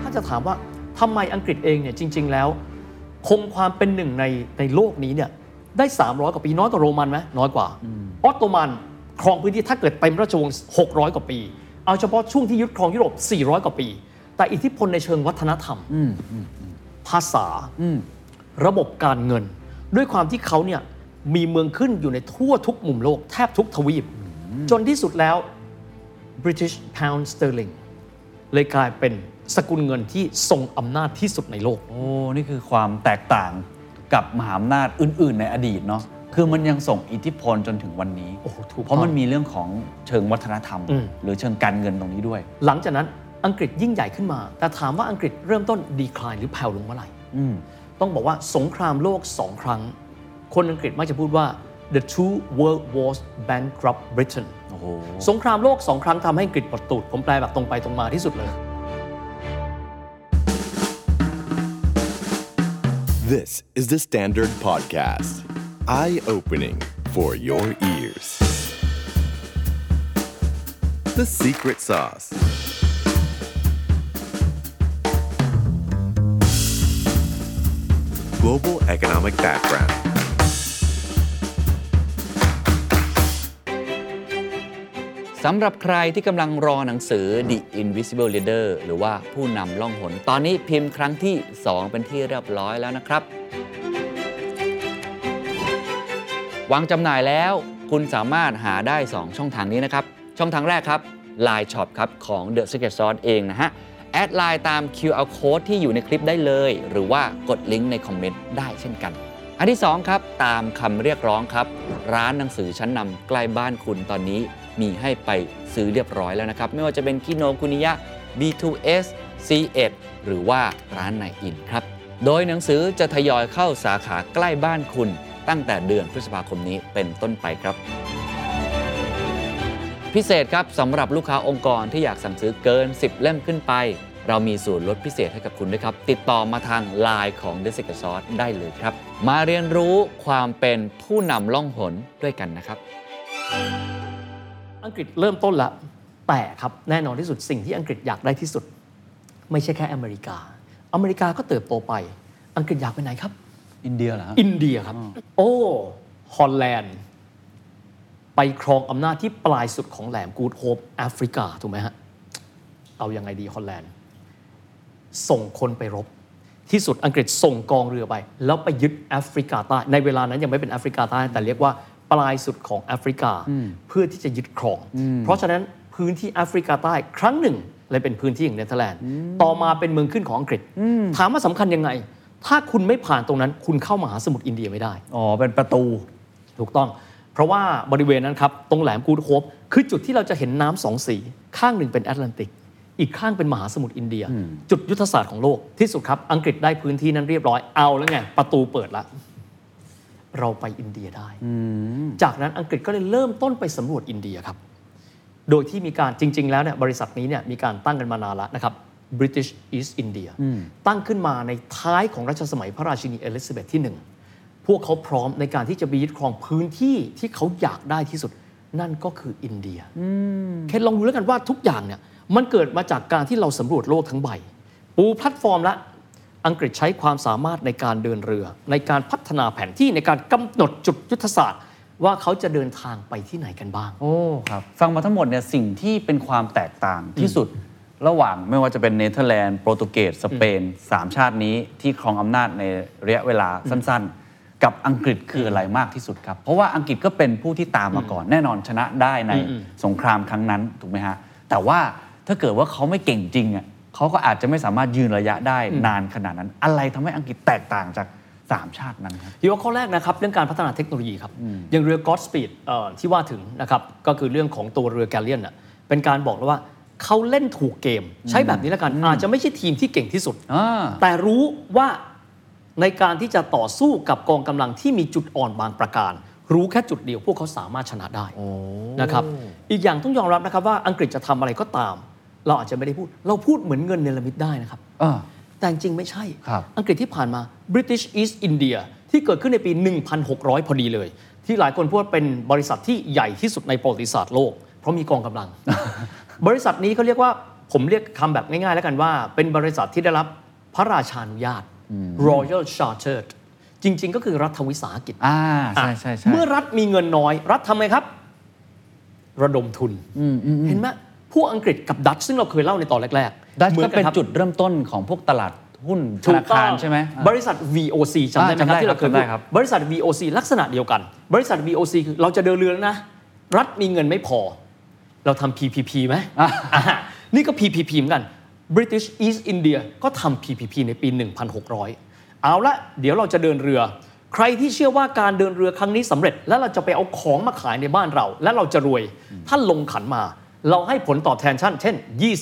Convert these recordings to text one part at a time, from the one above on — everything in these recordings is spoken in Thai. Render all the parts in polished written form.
ถ้าจะถามว่าทำไมอังกฤษเองเนี่ยจริงๆแล้วคงความเป็นหนึ่งในโลกนี้เนี่ยได้300กว่าปีน้อยกว่าโรมันไหมน้อยกว่าออตโตมันครองพื้นที่ถ้าเกิดเต็มราชวงศ์600กว่าปีเอาเฉพาะช่วงที่ยึดครองยุโรป400กว่าปีแต่อิทธิพลในเชิงวัฒนธรรมภาษาระบบการเงินด้วยความที่เขาเนี่ยมีเมืองขึ้นอยู่ในทั่วทุกมุมโลกแทบทุกทวีปจนที่สุดแล้ว British Pound Sterling เลยกลายเป็นสกุลเงินที่ทรงอำนาจที่สุดในโลกโอ้นี่คือความแตกต่างกับมหาอำนาจอื่นๆในอดีตเนาะคือมันยังส่งอิทธิพลจนถึงวันนี้เพราะมันมีเรื่องของเชิงวัฒนธรรมหรือเชิงการเงินตรงนี้ด้วยหลังจากนั้นอังกฤษยิ่งใหญ่ขึ้นมาแต่ถามว่าอังกฤษเริ่มต้นดีคลายหรือแผ่วลงเมื่อไหร่ต้องบอกว่าสงครามโลก2ครั้งคนอังกฤษมักจะพูดว่า the two world wars bankrupt Britain สงครามโลก2ครั้งทำให้อังกฤษปวดตูดผมแปลแบบตรงไปตรงมาที่สุดเลย This is the Standard Podcast Eye-opening for your ears The Secret Sauce Global Economic Background สำหรับใครที่กำลังรอหนังสือ The Invisible Leader หรือว่าผู้นำล่องหนตอนนี้พิมพ์ครั้งที่2เป็นที่เรียบร้อยแล้วนะครับวางจำหน่ายแล้วคุณสามารถหาได้2ช่องทางนี้นะครับช่องทางแรกครับ Line Shop ครับของ The Secret Sauce เองนะฮะแอดไลน์ตาม QR Code ที่อยู่ในคลิปได้เลยหรือว่ากดลิงก์ในคอมเมนต์ได้เช่นกันอันที่2ครับตามคำเรียกร้องครับร้านหนังสือชั้นนำใกล้บ้านคุณตอนนี้มีให้ไปซื้อเรียบร้อยแล้วนะครับไม่ว่าจะเป็นคิโนคุนิยะ B2S C1 หรือว่าร้านไนอินครับโดยหนังสือจะทยอยเข้าสาขาใกล้บ้านคุณตั้งแต่เดือนพฤษภาคมนี้เป็นต้นไปครับพิเศษครับสำหรับลูกค้าองค์กรที่อยากสั่งซื้อเกิน10เล่มขึ้นไปเรามีส่วนลดพิเศษให้กับคุณด้วยครับติดต่อมาทาง LINE ของ The Secret Sauce ได้เลยครับมาเรียนรู้ความเป็นผู้นำล่องหนด้วยกันนะครับอังกฤษเริ่มต้นละแต่ครับแน่นอนที่สุดสิ่งที่อังกฤษอยากได้ที่สุดไม่ใช่แค่อเมริกาก็เติบโตไปอังกฤษอยากไปไหนครับอินเดียเหรออินเดียครับโอ้ฮอลแลนด์ไปครองอำนาจที่ปลายสุดของแหลมกูดโฮปแอฟริกาถูกไหมฮะเอายังไงดีฮอลแลนด์ส่งคนไปรบที่สุดอังกฤษส่งกองเรือไปแล้วไปยึดแอฟริกาใต้ในเวลานั้นยังไม่เป็นแอฟริกาใต้แต่เรียกว่าปลายสุดของแอฟริกาเพื่อที่จะยึดครองเพราะฉะนั้นพื้นที่แอฟริกาใต้ครั้งหนึ่งเลยเป็นพื้นที่ของเนเธอร์แลนด์ต่อมาเป็นเมืองขึ้นของอังกฤษถามว่าสำคัญยังไงถ้าคุณไม่ผ่านตรงนั้นคุณเข้ามหาสมุทรอินเดียไม่ได้เป็นประตูถูกต้องเพราะว่าบริเวณนั้นครับตรงแหลมกูดโฮปคือจุดที่เราจะเห็นน้ำ2สีข้างหนึ่งเป็นแอตแลนติกอีกข้างเป็นมหาสมุทรอินเดียจุดยุทธศาสตร์ของโลกที่สุดครับอังกฤษได้พื้นที่นั้นเรียบร้อยเอาแล้วไงประตูเปิดละเราไปอินเดียได้จากนั้นอังกฤษก็เลยเริ่มต้นไปสำรวจอินเดียครับโดยที่มีการจริงๆแล้วเนี่ยบริษัทนี้เนี่ยมีการตั้งกันมานานแล้วนะครับ British East India ตั้งขึ้นมาในท้ายของรัชสมัยพระราชินีเอลิซาเบธที่1พวกเขาพร้อมในการที่จะไปยึดครองพื้นที่ที่เขาอยากได้ที่สุดนั่นก็คืออินเดียแค่ลองดูแล้วกันว่าทุกอย่างเนี่ยมันเกิดมาจากการที่เราสำรวจโลกทั้งใบปูแพลตฟอร์มละอังกฤษใช้ความสามารถในการเดินเรือในการพัฒนาแผนที่ในการกำหนดจุดยุทธศาสตร์ว่าเขาจะเดินทางไปที่ไหนกันบ้างโอ้ครับฟังมาทั้งหมดเนี่ยสิ่งที่เป็นความแตกต่างที่สุดระหว่างไม่ว่าจะเป็นเนเธอร์แลนด์โปรตุเกสสเปน3ชาตินี้ที่ครองอำนาจในระยะเวลาสั้นๆกับอังกฤษคืออะไรมากที่สุดครับเพราะว่าอังกฤษก็เป็นผู้ที่ตามมาก่อนแน่นอนชนะได้ในสงครามครั้งนั้นถูกไหมฮะแต่ว่าถ้าเกิดว่าเขาไม่เก่งจริงอ่ะเขาก็อาจจะไม่สามารถยืนระยะได้นานขนาดนั้นอะไรทำให้อังกฤษแตกต่างจาก3ชาตินั้นครับที่ว่าข้อแรกนะครับเรื่องการพัฒนาเทคโนโลยีครับอย่างเรือ Godspeed ที่ว่าถึงนะครับก็คือเรื่องของตัวเรือ Galleon น่ะเป็นการบอกแล้วว่าเขาเล่นถูกเกมใช้แบบนี้แล้วกันอาจจะไม่ใช่ทีมที่เก่งที่สุดแต่รู้ว่าในการที่จะต่อสู้กับกองกำลังที่มีจุดอ่อนบางประการรู้แค่จุดเดียวพวกเขาสามารถชนะได้นะครับอีกอย่างต้องยอมรับนะครับว่าอังกฤษจะทำอะไรก็ตามเราอาจจะไม่ได้พูดเราพูดเหมือนเงินเนรมิตได้นะครับแต่จริงไม่ใช่อังกฤษที่ผ่านมา British East India ที่เกิดขึ้นในปี 1,600 พอดีเลยที่หลายคนพูดว่าเป็นบริษัทที่ใหญ่ที่สุดในประวัติศาสตร์โลกเพราะมีกองกำลัง บริษัทนี้เขาเรียกว่าผมเรียกคำแบบง่ายๆแล้วกันว่าเป็นบริษัทที่ได้รับพระราชานุญาต Royal Chartered จริงๆก็คือรัฐวิสาหกิจใช่เมื่อรัฐมีเงินน้อยรัฐทำไงครับระดมทุนเห็นไหมพวกอังกฤษกับดัตช์ซึ่งเราเคยเล่าในตอนแรกๆดัตช์ก็เป็นจุดเริ่มต้นของพวกตลาดหุ้นธนาคารใช่ไหมบริษัท VOC จำได้ไหมครับที่เราเคยพูดบริษัท VOC ลักษณะเดียวกันบริษัท VOC คือเราจะเดินเรือนะรัฐมีเงินไม่พอเราทำ PPP ไหมนี่ก็ PPP เหมือนกัน British East India ก็ทำ PPP ในปี 1600 เอาละเดี๋ยวเราจะเดินเรือใครที่เชื่อว่าการเดินเรือครั้งนี้สำเร็จแล้วเราจะไปเอาของมาขายในบ้านเราและเราจะรวยท่านลงขันมาเราให้ผลตอบแทนเช่น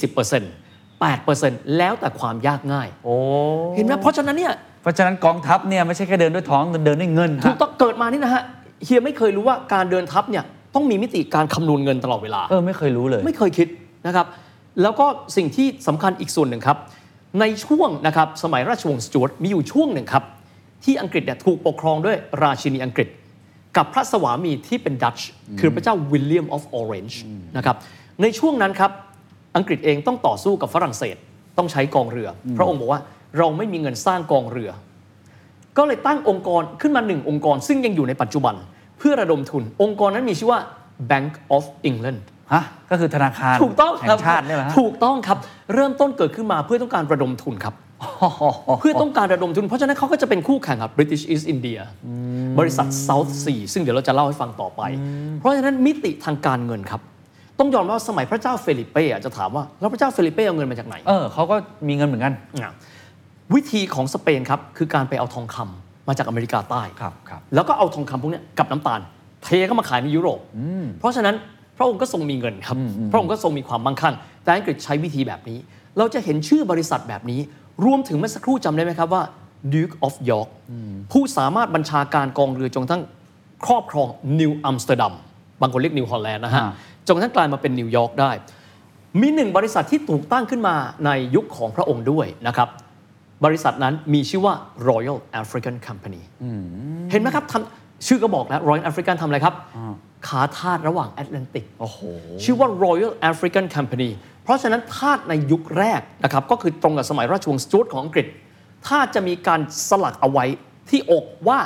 20% 8% แล้วแต่ความยากง่ายเห็นไหมเพราะฉะนั้นกองทัพเนี่ยไม่ใช่แค่เดินด้วยท้องเดินด้วยเงินถูกต้องเกิดมานี่นะฮะเฮียไม่เคยรู้ว่าการเดินทัพเนี่ยต้องมีมิติการคำนวณเงินตลอดเวลาไม่เคยรู้เลยไม่เคยคิดนะครับแล้วก็สิ่งที่สำคัญอีกส่วนหนึ่งครับในช่วงนะครับสมัยราชวงศ์สจ๊วตมีอยู่ช่วงหนึ่งครับที่อังกฤษเนี่ยถูกปกครองด้วยราชินีอังกฤษกับพระสวามีที่เป็นดัตช์คือพระเจ้าวิลเลียมออฟออเรนจ์นะครับในช่วงนั้นครับอังกฤษเองต้องต่อสู้กับฝรั่งเศสต้องใช้กองเรือพระองค์บอกว่าเราไม่มีเงินสร้างกองเรือก็เลยตั้งองค์กรขึ้นมา1องค์กรซึ่งยังอยู่ในปัจจุบันเพื่อระดมทุนองค์กรนั้นมีชื่อว่า Bank of England ก็คือธนาคารถูกต้องแห่งชาติเนี่ยนะถูกต้องครับเริ่มต้นเกิดขึ้นมาเพื่อต้องการระดมทุนครับเพื่อต้องการระดมทุนเพราะฉะนั้นเขาก็จะเป็นคู่แข่งกับ British East India บริษัท South Sea ซึ่งเดี๋ยวเราจะเล่าให้ฟังต่อไปเพราะฉะนั้นมิติทางการเงินครับต้องยอมรับว่าสมัยพระเจ้าเฟลิเป้จะถามว่าแล้วพระเจ้าเฟลิเป้เอาเงินมาจากไหนเขาก็มีเงินเหมือนกันวิธีของสเปนครับคือการไปเอาทองคำมาจากอเมริกาใต้แล้วก็เอาทองคำพวกนี้กับน้ำตาลเทเข้ามาขายในยุโรปเพราะฉะนั้นพระองค์ก็ทรงมีเงินครับพระองค์ก็ทรงมีความมั่งคั่งแต่อังกฤษใช้วิธีแบบนี้เราจะเห็นชื่อบริษัทแบบนี้รวมถึงเมื่อสักครู่จำได้ไหมครับว่า Duke of York ผู้สามารถบัญชาการกองเรือจนทั้งครอบครองนิวอัมสเตอร์ดัมบางคนเรียกนิวฮอลแลนด์นะฮะจนทั้งกลายมาเป็นนิวยอร์กได้มีหนึ่งบริษัทที่ถูกตั้งขึ้นมาในยุคของพระองค์ด้วยนะครับบริษัทนั้นมีชื่อว่า Royal African Company เห็นไหมครับชื่อก็บอกแล้ว Royal African ทำอะไรครับค้าทาสระหว่างแอตแลนติกชื่อว่า Royal African Company เพราะฉะนั้นทาสในยุคแรกนะครับก็คือตรงกับสมัยราชวงศ์สจ๊วตของอังกฤษทาสจะมีการสลักเอาไว้ที่อกว่า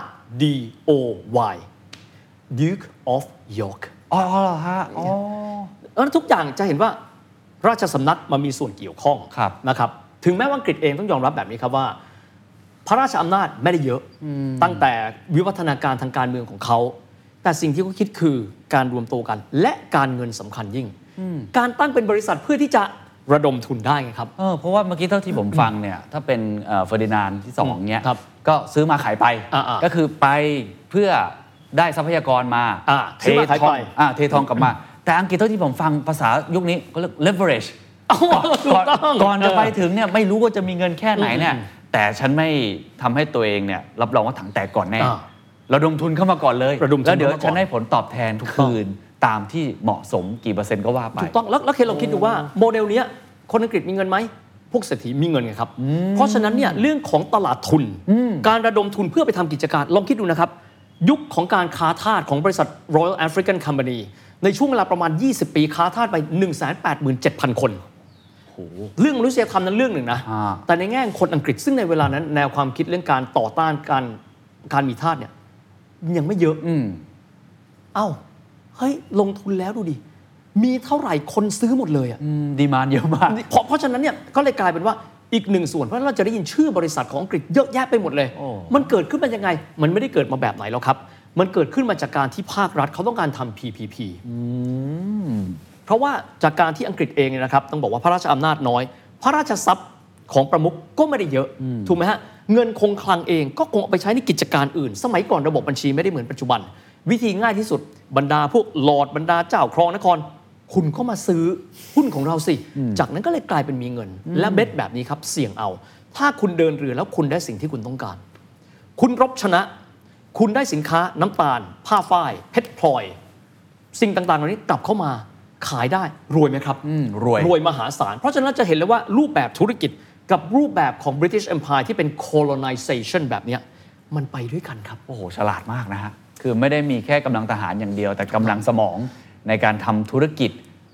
D-O-Y Duke of York ทุกอย่างจะเห็นว่าราชสำนักมันมีส่วนเกี่ยวข้องนะครับถึงแม้ว่าอังกฤษเองต้องยอมรับแบบนี้ครับว่าพระราชอำนาจไม่ได้เยอะตั้งแต่วิวัฒนาการทางการเมืองของเขาแต่สิ่งที่เขาคิดคือการรวมตัวกันและการเงินสำคัญยิ่งการตั้งเป็นบริษัทเพื่อที่จะระดมทุนได้ไงครับเพราะว่าเมื่อกี้เท่าที่ผมฟังเนี่ยถ้าเป็นเฟอร์ดินานด์ที่2เนี่ยก็ซื้อมาขายไปก็คือไปเพื่อได้ทรัพยากรมาเททองกลับมาแต่อังกฤษเท่าที่ผมฟังภาษายุคนี้เขาเรียก leverage ก่อนจะไปถึงเนี่ยไม่รู้ว่าจะมีเงินแค่ไหนเนี่ยแต่ฉันไม่ทำให้ตัวเองเนี่ยรับรองว่าถังแตกก่อนแน่ระดมทุนเข้ามาก่อนเลยแล้วเดี๋ยวฉันให้ผลตอบแทนทุกคืนตามที่เหมาะสมกี่เปอร์เซ็นต์ก็ว่าไปถูกต้องแล้วเคลองคิดดูว่าโมเดลนี้คนอังกฤษมีเงินไหมพวกเศรษฐีมีเงินไงครับเพราะฉะนั้นเนี่ยเรื่องของตลาดทุนการระดมทุนเพื่อไปทำกิจการลองคิดดูนะครับยุคของการค้าทาสของบริษัท Royal African Company ในช่วงเวลาประมาณ20ปีค้าทาสไป 187,000 คนเรื่องมนุษยธรรมนั้นเรื่องหนึ่งนะแต่ในแง่คนอังกฤษซึ่งในเวลานั้นแนวความคิดเรื่องการต่อต้านการมีทาสเนี่ยยังไม่เยอะเฮ้ยลงทุนแล้วดูดิมีเท่าไหร่คนซื้อหมดเลยดีมานด์เยอะมากเพราะฉะนั้นเนี่ยก็เลยกลายเป็นว่าอีกหนึ่งส่วนเพราะเราจะได้ยินชื่อบริษัทของอังกฤษเยอะแยะไปหมดเลยมันเกิดขึ้นมายังไงมันไม่ได้เกิดมาแบบไหนแล้วครับมันเกิดขึ้นมาจากการที่ภาครัฐเขาต้องการทำ PPP เพราะว่าจากการที่อังกฤษเองเนี่ยนะครับต้องบอกว่าพระราชอำนาจน้อยพระราชทรัพย์ของประมุขก็ไม่ได้เยอะถูกไหมฮะเงินคงคลังเองก็คงเอาไปใช้ในกิจการอื่นสมัยก่อนระบบบัญชีไม่ได้เหมือนปัจจุบันวิธีง่ายที่สุดบรรดาพวกลอร์ดบรรดาเจ้าครองนครคุณก็มาซื้อหุ้นของเราสิจากนั้นก็เลยกลายเป็นมีเงินและเบ็ดแบบนี้ครับเสี่ยงเอาถ้าคุณเดินเรือแล้วคุณได้สิ่งที่คุณต้องการคุณรบชนะคุณได้สินค้าน้ำตาลผ้าฝ้ายเพชรพลอยสิ่งต่างๆเหล่านี้กลับเข้ามาขายได้รวยไหมครับรวยมหาศาลเพราะฉะนั้นจะเห็นเลยว่ารูปแบบธุรกิจกับรูปแบบของ British Empire ที่เป็น colonization แบบนี้มันไปด้วยกันครับโอ้โหฉลาดมากนะฮะคือไม่ได้มีแค่กำลังทหารอย่างเดียวแต่กำลังสมองในการทำธุรกิจ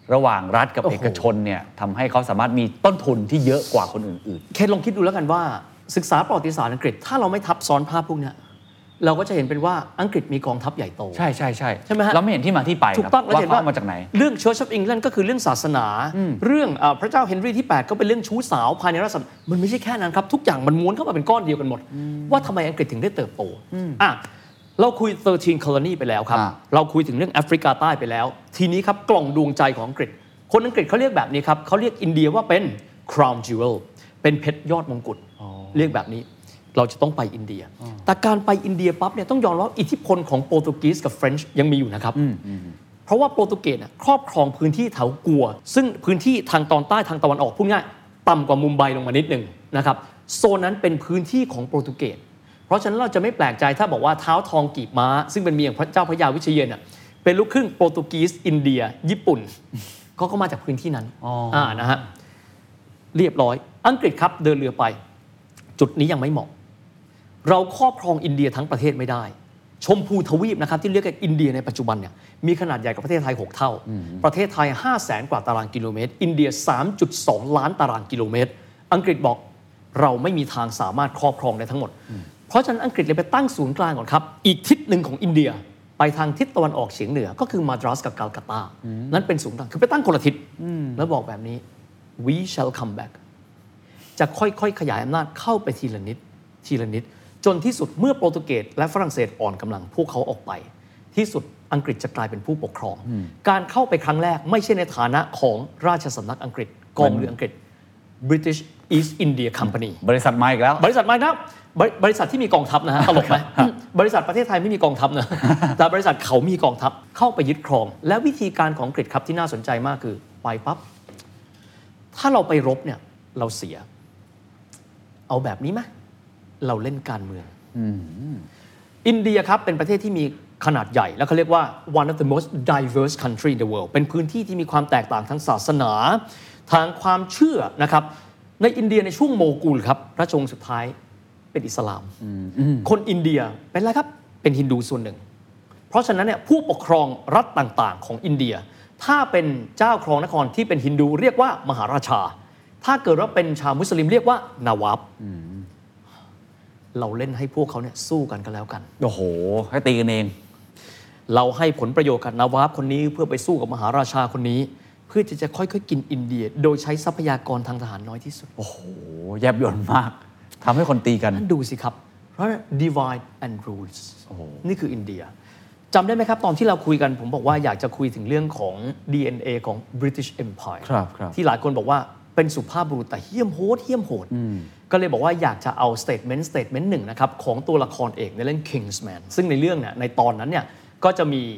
ระหว่างรัฐกับเอกชนเนี่ยทำให้เขาสามารถมีต้นทุนที่เยอะกว่าคนอื่นเคนลองคิดดูแล้วกันว่าศึกษาประวัติศาสตร์อังกฤษถ้าเราไม่ทับซ้อนภาพพวกนี้เราก็จะเห็นเป็นว่าอังกฤษมีกองทัพใหญ่โตใช่ใช่ใช่ใช่ไหมฮะเราไม่เห็นที่มาที่ไปถูกต้องว่าเขามาจากไหนเรื่อง Church of England ก็คือเรื่องศาสนาเรื่องพระเจ้าเฮนรี่ที่ 8 ก็เป็นเรื่องชู้สาวภายในรัฐมันไม่ใช่แค่นั้นครับทุกอย่างมันม้วนเข้ามาเป็นก้อนเดียวกันหมดว่าทำไมอังกฤษถึงได้เติบโตเราคุย13 colony ไปแล้วครับเราคุยถึงเรื่องแอฟริกาใต้ไปแล้วทีนี้ครับกล่องดวงใจของอังกฤษคนอังกฤษเขาเรียกแบบนี้ครับเขาเรียกอินเดียว่าเป็น crown jewel เป็นเพชรยอดมงกุฎเรียกแบบนี้เราจะต้องไปอินเดียแต่การไปอินเดียปั๊บเนี่ยต้องยอมรับอิทธิพลของโปรตุเกสกับเฟรนช์ยังมีอยู่นะครับเพราะว่าโปรตุเกสครอบครองพื้นที่แถวกัวซึ่งพื้นที่ทางตอนใต้ทางตะวันออกพูดง่ายต่ำกว่ามุมไบลงมานิดนึงนะครับโซนนั้นเป็นพื้นที่ของโปรตุเกสเพราะฉะนั้นเราจะไม่แปลกใจถ้าบอกว่าเท้าทองกีบม้าซึ่งเป็นเมียของพระเจ้าพระยาวิเชียรเป็นลูกครึ่งโปรตุเกสอินเดียญี่ปุ่นเขาก็มาจากพื้นที่นั้นนะฮะเรียบร้อยอังกฤษครับเดินเรือไปจุดนี้ยังไม่เหมาะเราครอบครองอินเดียทั้งประเทศไม่ได้ชมพูทวีปนะครับที่เรียกกันอินเดียในปัจจุบันเนี่ยมีขนาดใหญ่กว่าประเทศไทย6เท่าประเทศไทย 500,000 กว่าตารางกิโลเมตรอินเดีย 3.2 ล้านตารางกิโลเมตรอังกฤษบอกเราไม่มีทางสามารถครอบครองได้ทั้งหมดเพราะฉะนั้นอังกฤษเลยไปตั้งศูนย์กลางก่อนครับอีกทิศหนึ่งของอินเดียไปทางทิศตะวันออกเฉียงเหนือก็คือมาดรัสกับกัลกัตตานั่นเป็นศูนย์กลางคือไปตั้งคนละทิศแล้วบอกแบบนี้ we shall come back จะค่อยๆขยายอำนาจเข้าไปทีละนิดทีละนิดจนที่สุดเมื่อโปรตุเกสและฝรั่งเศสอ่อนกำลังพวกเขาออกไปที่สุดอังกฤษจะกลายเป็นผู้ปกครองการเข้าไปครั้งแรกไม่ใช่ในฐานะของราชสำนักอังกฤษกองเรืออังกฤษ British East India Company บริษัทมาอีกแล้วบริษัทมาอีกแล้วบริษัทที่มีกองทัพนะฮะตลกไหม บริษัทประเทศไทยไม่มีกองทัพนะแต่บริษัทเขามีกองทัพเข้าไปยึดครองและวิธีการของอังกฤษครับที่น่าสนใจมากคือไปปั๊บถ้าเราไปรบเนี่ยเราเสียเอาแบบนี้ไหมเราเล่นการเมืองอินเดียครับเป็นประเทศที่มีขนาดใหญ่แล้วเขาเรียกว่า one of the most diverse country in the world เป็นพื้นที่ที่มีความแตกต่างทางศาสนาทางความเชื่อนะครับในอินเดียในช่วงโมกุลครับพระชงสุดท้ายเป็นอิสลามคนอินเดียเป็นอะไรครับเป็นฮินดูส่วนหนึ่งเพราะฉะนั้นเนี่ยผู้ปกครองรัฐต่างๆของอินเดียถ้าเป็นเจ้าครองนครที่เป็นฮินดูเรียกว่ามหาราชาถ้าเกิดว่าเป็นชาวมุสลิมเรียกว่านาวาบเราเล่นให้พวกเขาเนี่ยสู้กันแล้วกันโอ้โหให้ตีกันเองเราให้ผลประโยชน์กับนาวาบคนนี้เพื่อไปสู้กับมหาราชาคนนี้เพื่อจะค่อยๆกินอินเดียโดยใช้ทรัพยากรทางทหารน้อยที่สุดโอ้โหแยบยลมากทำให้คนตีกันนั่นดูสิครับเพราะ divide and rules นี่คืออินเดียจำได้ไหมครับตอนที่เราคุยกันผมบอกว่าอยากจะคุยถึงเรื่องของ DNA ของ British Empire ที่หลายคนบอกว่าเป็นสุภาพบุรุษแต่เหี้ยมโหดก็เลยบอกว่าอยากจะเอา statement หนึ่งนะครับของตัวละครเอกในเรื่อง Kingsman ซึ่งในเรื่องเนี่ยในตอนนั้นเนี่ยก็จะมี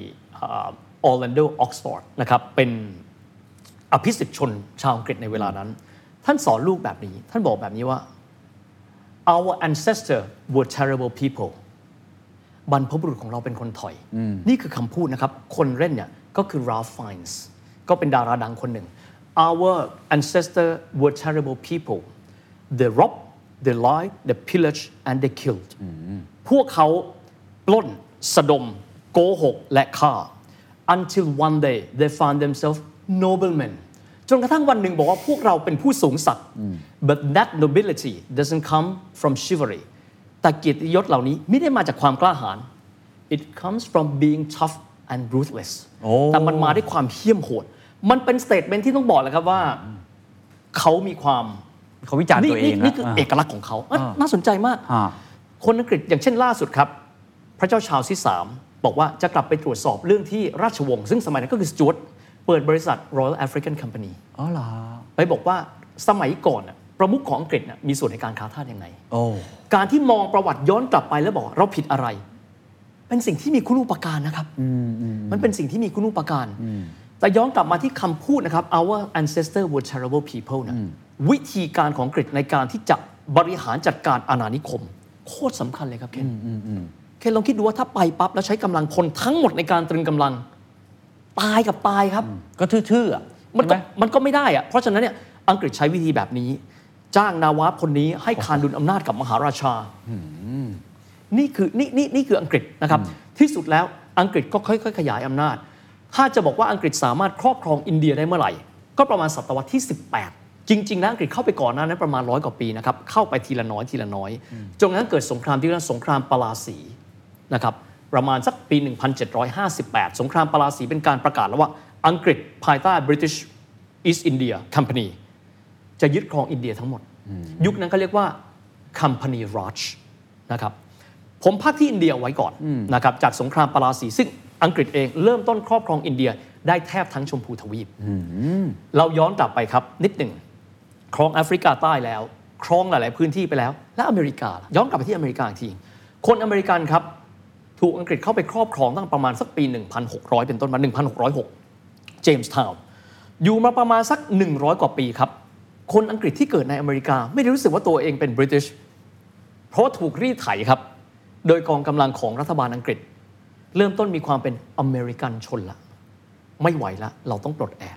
Orlando Oxford นะครับเป็นอภิสิทธิชนชาวอังกฤษในเวลานั้นท่านสอนลูกแบบนี้ท่านบอกแบบนี้ว่า our ancestors were terrible people บรรพบุรุษของเราเป็นคนถอยนี่คือคำพูดนะครับคนเล่นเนี่ยก็คือ Ralph Fiennes ก็เป็นดาราดังคนหนึ่งOur ancestors were terrible people. They robbed, they lied, they pillaged, and they killed. พวกเขาปล้นสะดมโกหกและฆ่า Until one day they found themselves noblemen. จนกระทั่งวันหนึ่งบอกว่าพวกเราเป็นผู้สูงศักดิ์ But that nobility doesn't come from chivalry. แต่เกียรติยศเหล่านี้ไม่ได้มาจากความกล้าหาญ It comes from being tough and ruthless. แต่มันมาด้วยความเหี้ยมโหดมันเป็นสเตทเมนต์ที่ต้องบอกเลยครับว่าเขามีความเขาวิจารณ์ตัวเองนี่คือเอกลักษณ์ของเขาน่าสนใจมากคนอังกฤษอย่างเช่นล่าสุดครับพระเจ้าชาร์ลส์ที่3บอกว่าจะกลับไปตรวจสอบเรื่องที่ราชวงศ์ซึ่งสมัยนั้นก็คือสจ๊วตเปิดบริษัท Royal African Company อ๋อเหรอไปบอกว่าสมัยก่อนประมุขของอังกฤษมีส่วนในการค้าทาสยังไงการที่มองประวัติย้อนกลับไปแล้วบอกเราผิดอะไรเป็นสิ่งที่มีคุณูปการนะครับมันเป็นสิ่งที่มีคุณูปการแต่ย้อนกลับมาที่คำพูดนะครับ our ancestors were terrible people นะวิธีการของอังกฤษในการที่จะบริหารจัดการอาณานิคมโคตรสำคัญเลยครับเคนลองคิดดูว่าถ้าไปปั๊บแล้วใช้กำลังพลทั้งหมดในการตรึงกำลังตายกับตายครับก็ทื่อๆมันก็ไม่ได้อะเพราะฉะนั้นเนี่ยอังกฤษใช้วิธีแบบนี้จ้างนาวาบคนนี้ให้คานดุลอำนาจกับมหาราชานี่คืออังกฤษนะครับที่สุดแล้วอังกฤษก็ค่อยๆขยายอำนาจถ้าจะบอกว่าอังกฤษสามารถครอบครองอินเดียได้เมื่อไหร่ก็ประมาณศตวรรษที่18จริงๆแล้วอังกฤษเข้าไปก่อนหน้านั้นประมาณ100 กว่าปีนะครับเข้าไปทีละน้อยจนกระทั่งเกิดสงครามที่เรียกว่าสงครามปาลาสีนะครับประมาณสักปี 1758 สงครามปาลาสีเป็นการประกาศแล้วว่าอังกฤษภายใต้ British East India Company จะยึดครองอินเดียทั้งหมดยุคนั้นเขาเรียกว่า Company Raj นะครับผมพักที่อินเดียไว้ก่อนนะครับจากสงครามปาลาสีซึ่งอังกฤษเองเริ่มต้นครอบครองอินเดียได้แทบทั้งชมพูทวีปเราย้อนกลับไปครับนิดหนึ่งครองแอฟริกาใต้แล้วครองหลายๆพื้นที่ไปแล้วและอเมริกาย้อนกลับไปที่อเมริกาอีกทีคนอเมริกันครับถูกอังกฤษเข้าไปครอบครองตั้งประมาณสักปี 1600 เป็นต้นมา 1606 เจมส์ทาวน์อยู่มาประมาณสัก100 กว่าปีครับคนอังกฤษที่เกิดในอเมริกาไม่ได้รู้สึกว่าตัวเองเป็นบริติชเพราะถูกรีดไถครับโดยกองกำลังของรัฐบาลอังกฤษเริ่มต้นมีความเป็นอเมริกันชนละไม่ไหวละเราต้องปลดแอก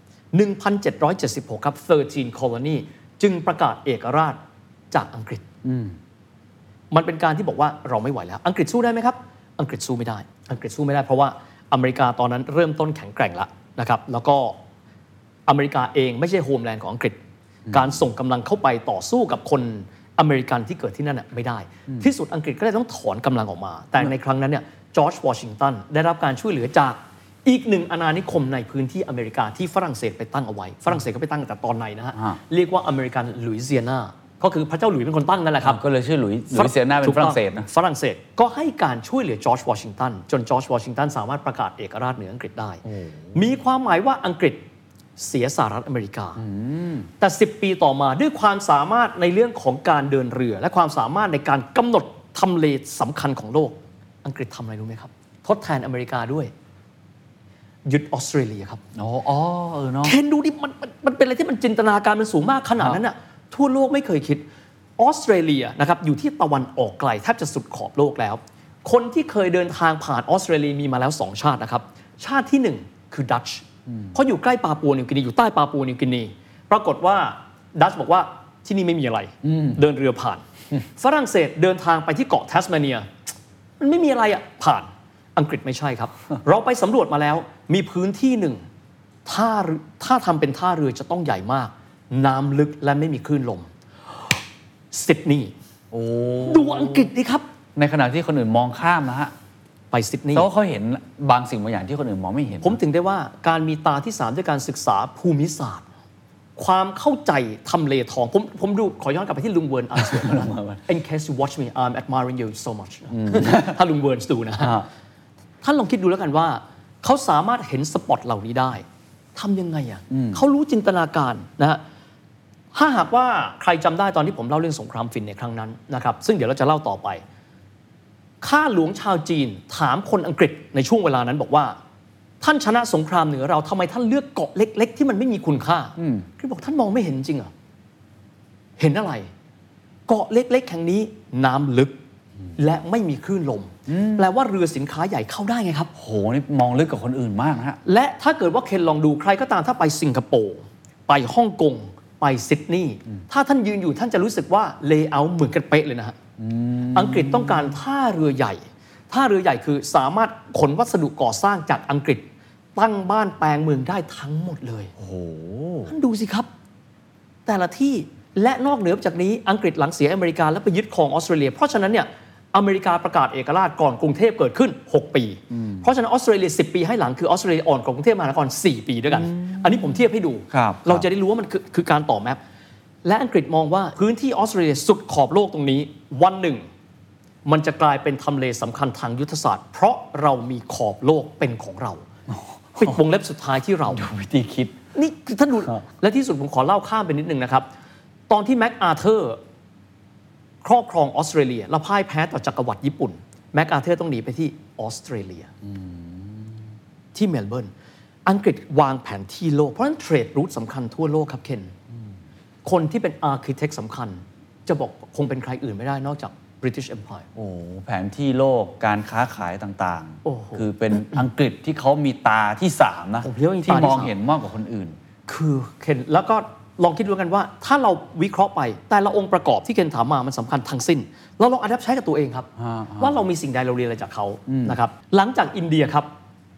1776 ครับ 13 colony จึงประกาศเอกราชจากอังกฤษมันเป็นการที่บอกว่าเราไม่ไหวแล้วอังกฤษสู้ได้ไหมครับอังกฤษสู้ไม่ได้อังกฤษสู้ไม่ได้เพราะว่าอเมริกาตอนนั้นเริ่มต้นแข็งแกร่งแล้วนะครับแล้วก็อเมริกาเองไม่ใช่โฮมแลนด์ของอังกฤษการส่งกำลังเข้าไปต่อสู้กับคนอเมริกันที่เกิดที่นั่นไม่ได้ที่สุดอังกฤษก็เลยต้องถอนกำลังออกมาแต่ในครั้งนั้นเนี่ยจอร์จวอชิงตันได้รับการช่วยเหลือจากอีกหนึ่งอาณานิคมในพื้นที่อเมริกาที่ฝรั่งเศสไปตั้งเอาไว้ฝรั่งเศสก็ไปตั้งแต่ตอนในนะฮะเรียกว่าอเมริกันลุยเซียนาก็คือพระเจ้าหลุยส์เป็นคนตั้งนั่นแหละครับก็เลยชื่อหลุยส์เซียนาเป็นฝรั่งเศสนะฝรั่งเศสก็ให้การช่วยเหลือจอร์จวอชิงตันจนจอร์จวอชิงตันสามารถประกาศเอกราชเหนืออังกฤษได้มีความหมายว่าอังกฤษเสียสหรัฐอเมริกาแต่10 ปีต่อมาด้วยความสามารถในเรื่องของการเดินเรือและความสามารถในการกำหนดทำเลสำคัญของโลกอังกฤษทำอะไรรู้ไหมครับทดแทนอเมริกาด้วยยึดออสเตรเลียครับเนาะเคนดูดิมันเป็นอะไรที่มันจินตนาการมันสูงมากขนาดนั้นน่ะทั่วโลกไม่เคยคิดออสเตรเลียนะครับอยู่ที่ตะวันออกไกลแทบจะสุดขอบโลกแล้วคนที่เคยเดินทางผ่านออสเตรเลียมีมาแล้ว2 ชาตินะครับชาติที่1คือดัตช์เพราะอยู่ใกล้ปาปัวนิวกินีอยู่ใต้ปาปัวนิวกินีปรากฏว่าดัตช์บอกว่าที่นี่ไม่มีอะไรเดินเรือผ่านฝรั่งเศสเดินทางไปที่เกาะแทสเมาเนียมันไม่มีอะไรอ่ะผ่านอังกฤษไม่ใช่ครับ เราไปสำรวจมาแล้วมีพื้นที่หนึ่งถ้าทำเป็นท่าเรือจะต้องใหญ่มากน้ำลึกและไม่มีคลื่นลมซิดนีย์ดูอังกฤษดิครับในขณะที่คนอื่นมองข้ามนะฮะไปซิดนีย์เพราะเขาเห็นบางสิ่งบางอย่างที่คนอื่นมองไม่เห็นผมถึงได้ว่าการมีตาที่3ด้วยการศึกษาภูมิศาสตร์ความเข้าใจทำเลทองผมดูขอย้อนกลับไปที่ลุงเวิร์นอ่านสวนนะ In case you watch me I'm admiring you so much ถ้าลุงเวิร์นดูนะท่านลองคิดดูแล้วกันว่าเขาสามารถเห็นสปอตเหล่านี้ได้ทำยังไงอ่ะเขารู้จินตนาการนะฮะถ้าหากว่าใครจำได้ตอนที่ผมเล่าเรื่องสงครามฟินในครั้งนั้นนะครับซึ่งเดี๋ยวเราจะเล่าต่อไปข้าหลวงชาวจีนถามคนอังกฤษในช่วงเวลานั้นบอกว่าท่านชนะสงครามเหนือเราทำไมท่านเลือกเกาะเล็กๆที่มันไม่มีคุณค่าคือบอกท่านมองไม่เห็นจริงเหรอเห็นอะไรเกาะเล็กๆแห่งนี้น้ำลึกและไม่มีคลื่นลมแปลว่าเรือสินค้าใหญ่เข้าได้ไงครับโหนี่มองลึกกว่าคนอื่นมากนะฮะและถ้าเกิดว่าเคนลองดูใครก็ตามถ้าไปสิงคโปร์ไปฮ่องกงไปซิดนีย์ถ้าท่านยืนอยู่ท่านจะรู้สึกว่าเลเยอร์เหมือนกันเป๊ะเลยนะฮะอังกฤษต้องการท่าเรือใหญ่ท่าเรือใหญ่คือสามารถขนวัสดุก่อสร้างจากอังกฤษตั้งบ้านแปลงเมืองได้ทั้งหมดเลยโอ้โหท่านดูสิครับแต่ละที่และนอกเหนือจากนี้อังกฤษหลังเสียอเมริกาแล้วไปยึดครองออสเตรเลียเพราะฉะนั้นเนี่ยอเมริกาประกาศเอกราชก่อนกรุงเทพเกิดขึ้น6 ปีเพราะฉะนั้นออสเตรเลีย10 ปีให้หลังคือออสเตรเลียอ่อนกว่ากรุงเทพมหานคร4 ปีด้วยกันอันนี้ผมเทียบให้ดูเราจะได้รู้ว่ามันคือการต่อแมปและอังกฤษมองว่าพื้นที่ออสเตรเลียสุดขอบโลกตรงนี้วันหนึ่งมันจะกลายเป็นทำเลสำคัญทางยุทธศาสตร์เพราะเรามีขอบโลกเป็นของเราปิดวงเล็บสุดท้ายที่เราดูวิธีคิดนี่ท่านดูและที่สุดผมขอเล่าข้ามไปนิดนึงนะครับตอนที่แม็กอาเธอร์ครอบครองออสเตรเลียและพ่ายแพ้ต่อจักรวรรดิญี่ปุ่นแม็กอาเธอร์ต้องหนีไปที่ออสเตรเลียที่เมลเบิร์นอังกฤษวางแผนที่โลกเพราะฉะนั้นเทรดรูทสำคัญทั่วโลกครับเคนคนที่เป็นอาร์คิเทคสำคัญจะบอกคงเป็นใครอื่นไม่ได้นอกจาก British Empire โอ้แผนที่โลกการค้าขายต่างๆคือเป็นอังกฤษที่เขามีตาที่3นะที่มองเห็นมากกว่าคนอื่นคือเคนแล้วก็ลองคิดดูกันว่าถ้าเราวิเคราะห์ไปแต่ละองค์ประกอบที่เคนถามมามันสำคัญทั้งสิ้นเราลองอัดแอปใช้กับตัวเองครับว่าเรามีสิ่งใดเราเรียนอะไรจากเขานะครับหลังจากอินเดียครับ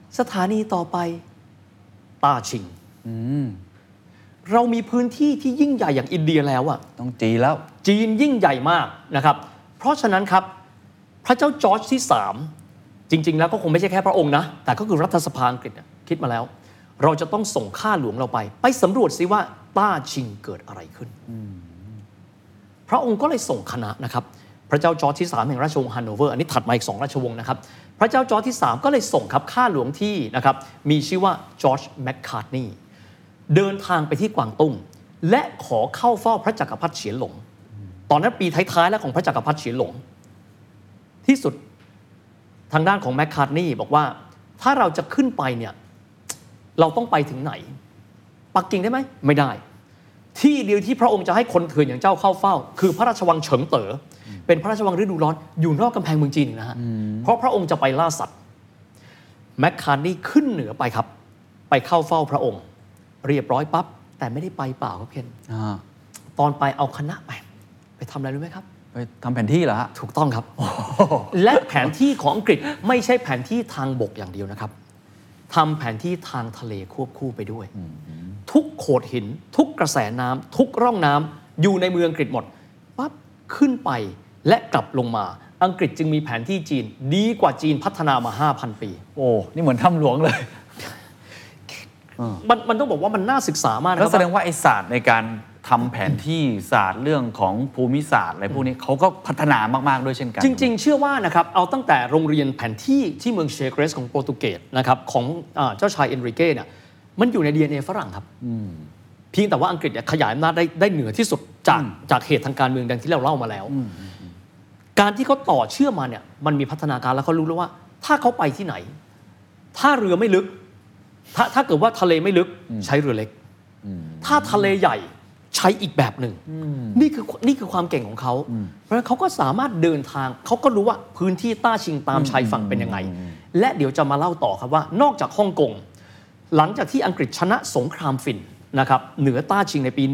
สถานีต่อไปตาชิงเรามีพื้นที่ที่ยิ่งใหญ่อย่างอินเดียแล้วอะต้องจีนแล้วจีนยิ่งใหญ่มากนะครับเพราะฉะนั้นครับพระเจ้าจอร์จที่3จริงๆแล้วก็คงไม่ใช่แค่พระองค์นะแต่ก็คือรัฐสภาอังกฤษคิดมาแล้วเราจะต้องส่งข้าหลวงเราไปสำรวจซิว่าต้าชิงเกิดอะไรขึ้นพระองค์ก็เลยส่งคณะนะครับพระเจ้าจอร์จที่3แห่งราชวงศ์ฮันโนเวอร์อันนี้ถัดมาอีก2ราชวงศ์นะครับพระเจ้าจอร์จที่3ก็เลยส่งครับข้าหลวงที่นะครับมีชื่อว่าจอร์จแมคคาร์ทนีย์เดินทางไปที่กวางตุ้งและขอเข้าเฝ้าพระจักรพรรดิเฉียนหลงตอนนั้นปีท้ายๆแล้วของพระจักรพรรดิเฉียนหลงที่สุดทางด้านของแมคคาร์ทนีย์บอกว่าถ้าเราจะขึ้นไปเนี่ยเราต้องไปถึงไหนปักกิ่งได้ไหมไม่ได้ที่เดียวที่พระองค์จะให้คนเถื่อนอย่างเจ้าเข้าเฝ้าคือพระราชวังเฉิงเต๋อเป็นพระราชวังฤดูร้อนอยู่นอกกำแพงเมืองจีนนะฮะเพราะพระองค์จะไปล่าสัตว์แมคคาร์ทนีย์ขึ้นเหนือไปครับไปเข้าเฝ้าพระองค์เรียบร้อยปั๊บแต่ไม่ได้ไปเปล่าครับเคนตอนไปเอาคณะไปทำอะไรรู้ไหมครับไปทำแผนที่เหรอฮะถูกต้องครับ และแผนที่ของอังกฤษไม่ใช่แผนที่ทางบกอย่างเดียวนะครับทำแผนที่ทางทะเลควบคู่ไปด้วยทุกโขดหินทุกกระแสน้ำทุกร่องน้ำอยู่ในเมืองอังกฤษหมดปั๊บขึ้นไปและกลับลงมาอังกฤษจึงมีแผนที่จีนดีกว่าจีนพัฒนามา 5,000 ปีโอ้นี่เหมือนถ้ำหลวงเลยมันต้องบอกว่ามันน่าศึกษามากนะครับแล้วแสดงว่าไอ้ศาสตร์ในการทำแผนที่ศาสตร์เรื่องของภูมิศาสตร์อะไรพวกนี้เขาก็พัฒนามากๆด้วยเช่นกันจริงๆเชื่อว่านะครับเอาตั้งแต่โรงเรียนแผนที่ที่เมืองเชเกรสของโปรตุเกสนะครับของเจ้าชายเอนริเก้เนี่ยมันอยู่ใน DNA ฝรั่งครับเพียงแต่ว่าอังกฤษขยายอำนาจได้เหนือที่สุดจากเหตุทางการเมืองดังที่เราเล่ามาแล้วการที่เขาต่อเชื่อมาเนี่ยมันมีพัฒนาการแล้วเขารู้แล้วว่าถ้าเขาไปที่ไหนถ้าเรือไม่ลึกถ้าเกิดว่าทะเลไม่ลึกใช้เรือเล็กถ้าทะเลใหญ่ใช้อีกแบบหนึ่งนี่คือความเก่งของเขาเพราะฉะนั้นเขาก็สามารถเดินทางเขาก็รู้ว่าพื้นที่ต้าชิงตามชายฝั่งเป็นยังไงและเดี๋ยวจะมาเล่าต่อครับว่านอกจากฮ่องกงหลังจากที่อังกฤษชนะสงครามฝิ่นนะครับเหนือต้าชิงในปี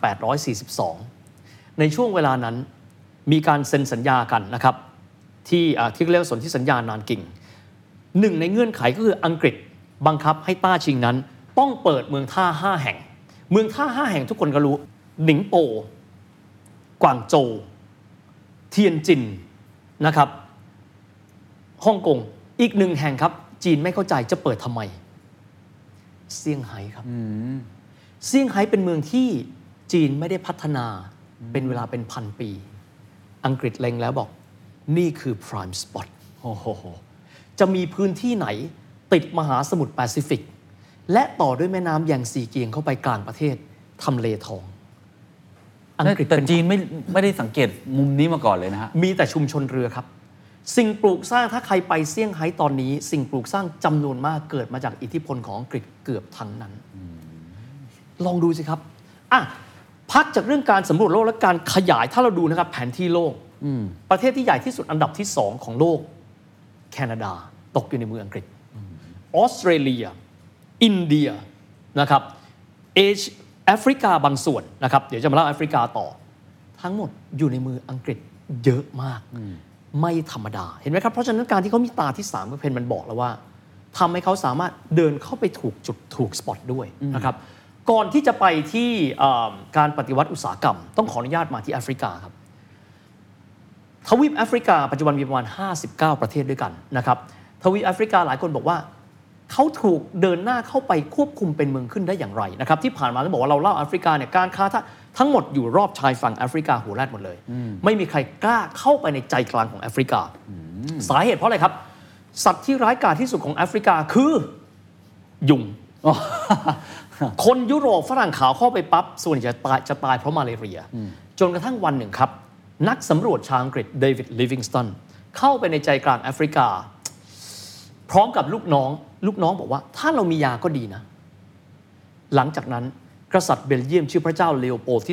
1842 ในช่วงเวลานั้นมีการเซ็นสัญญากันนะครับที่เรียกว่าสนธิสัญญานานกิ่งหนึ่งในเงื่อนไขก็คืออังกฤษบังคับให้ต้าชิงนั้นต้องเปิดเมืองท่า5 แห่งเมืองท่า5 แห่งทุกคนก็รู้หนิงโปกวางโจวเทียนจินนะครับฮ่องกงอีก1 แห่งครับจีนไม่เข้าใจจะเปิดทำไมเซี่ยงไฮ้ครับเซี่ยงไฮ้เป็นเมืองที่จีนไม่ได้พัฒนาเป็นเวลาเป็น1,000 ปีอังกฤษเล็งแล้วบอกนี่คือ prime spot โอ้โหจะมีพื้นที่ไหนติดมหาสมุทรแปซิฟิกและต่อด้วยแม่น้ำแยงซีเกียงเข้าไปกลางประเทศทำเลทองอังกฤษแต่จีนไม่ได้สังเกตมุมนี้มาก่อนเลยนะฮะมีแต่ชุมชนเรือครับสิ่งปลูกสร้างถ้าใครไปเซี่ยงไฮ้ตอนนี้สิ่งปลูกสร้างจำนวนมากเกิดมาจากอิทธิพลของอังกฤษเกือบทั้งนั้นลองดูสิครับพักจากเรื่องการสำรวจโลกและการขยายถ้าเราดูนะครับแผนที่โลกประเทศที่ใหญ่ที่สุดอันดับที่2ของโลกแคนาดาตกอยู่ในมืออังกฤษออสเตรเลียอินเดียนะครับแอฟริกาบางส่วนนะครับเดี๋ยวจะมาเล่าแอฟริกาต่อทั้งหมดอยู่ในมืออังกฤษเยอะมากไม่ธรรมดาเห็นไหมครับเพราะฉะนั้นการที่เขามีตาที่3เพนมันบอกแล้วว่าทำให้เขาสามารถเดินเข้าไปถูกจุดถูกสปอตด้วยนะครับก่อนที่จะไปที่การปฏิวัติอุตสาหกรรมต้องขออนุญาตมาที่แอฟริกาครับทวีปแอฟริกาปัจจุบันมีประมาณ59 ประเทศด้วยกันนะครับทวีปแอฟริกาหลายคนบอกว่าเขาถูกเดินหน้าเข้าไปควบคุมเป็นเมืองขึ้นได้อย่างไรนะครับที่ผ่านมาต้องบอกว่าเราเล่าแอฟริกาเนี่ยการค้าทั้งหมดอยู่รอบชายฝั่งแอฟริกาหัวแรดหมดเลยไม่มีใครกล้าเข้าไปในใจกลางของแอฟริกาสาเหตุเพราะอะไรครับสัตว์ที่ร้ายกาจที่สุดของแอฟริกาคือยุง คนยุโรปฝรั่งขาวเข้าไปปั๊บส่วนใหญ่จะตายเพราะมาลาเรียจนกระทั่งวันหนึ่งครับนักสำรวจชาวอังกฤษเดวิดลิฟวิงสตันเข้าไปในใจกลางแอฟริกาพร้อมกับลูกน้องบอกว่าถ้าเรามียาก็ดีนะหลังจากนั้นกษัตริย์เบลเยียมชื่อพระเจ้าเลโอโปลที่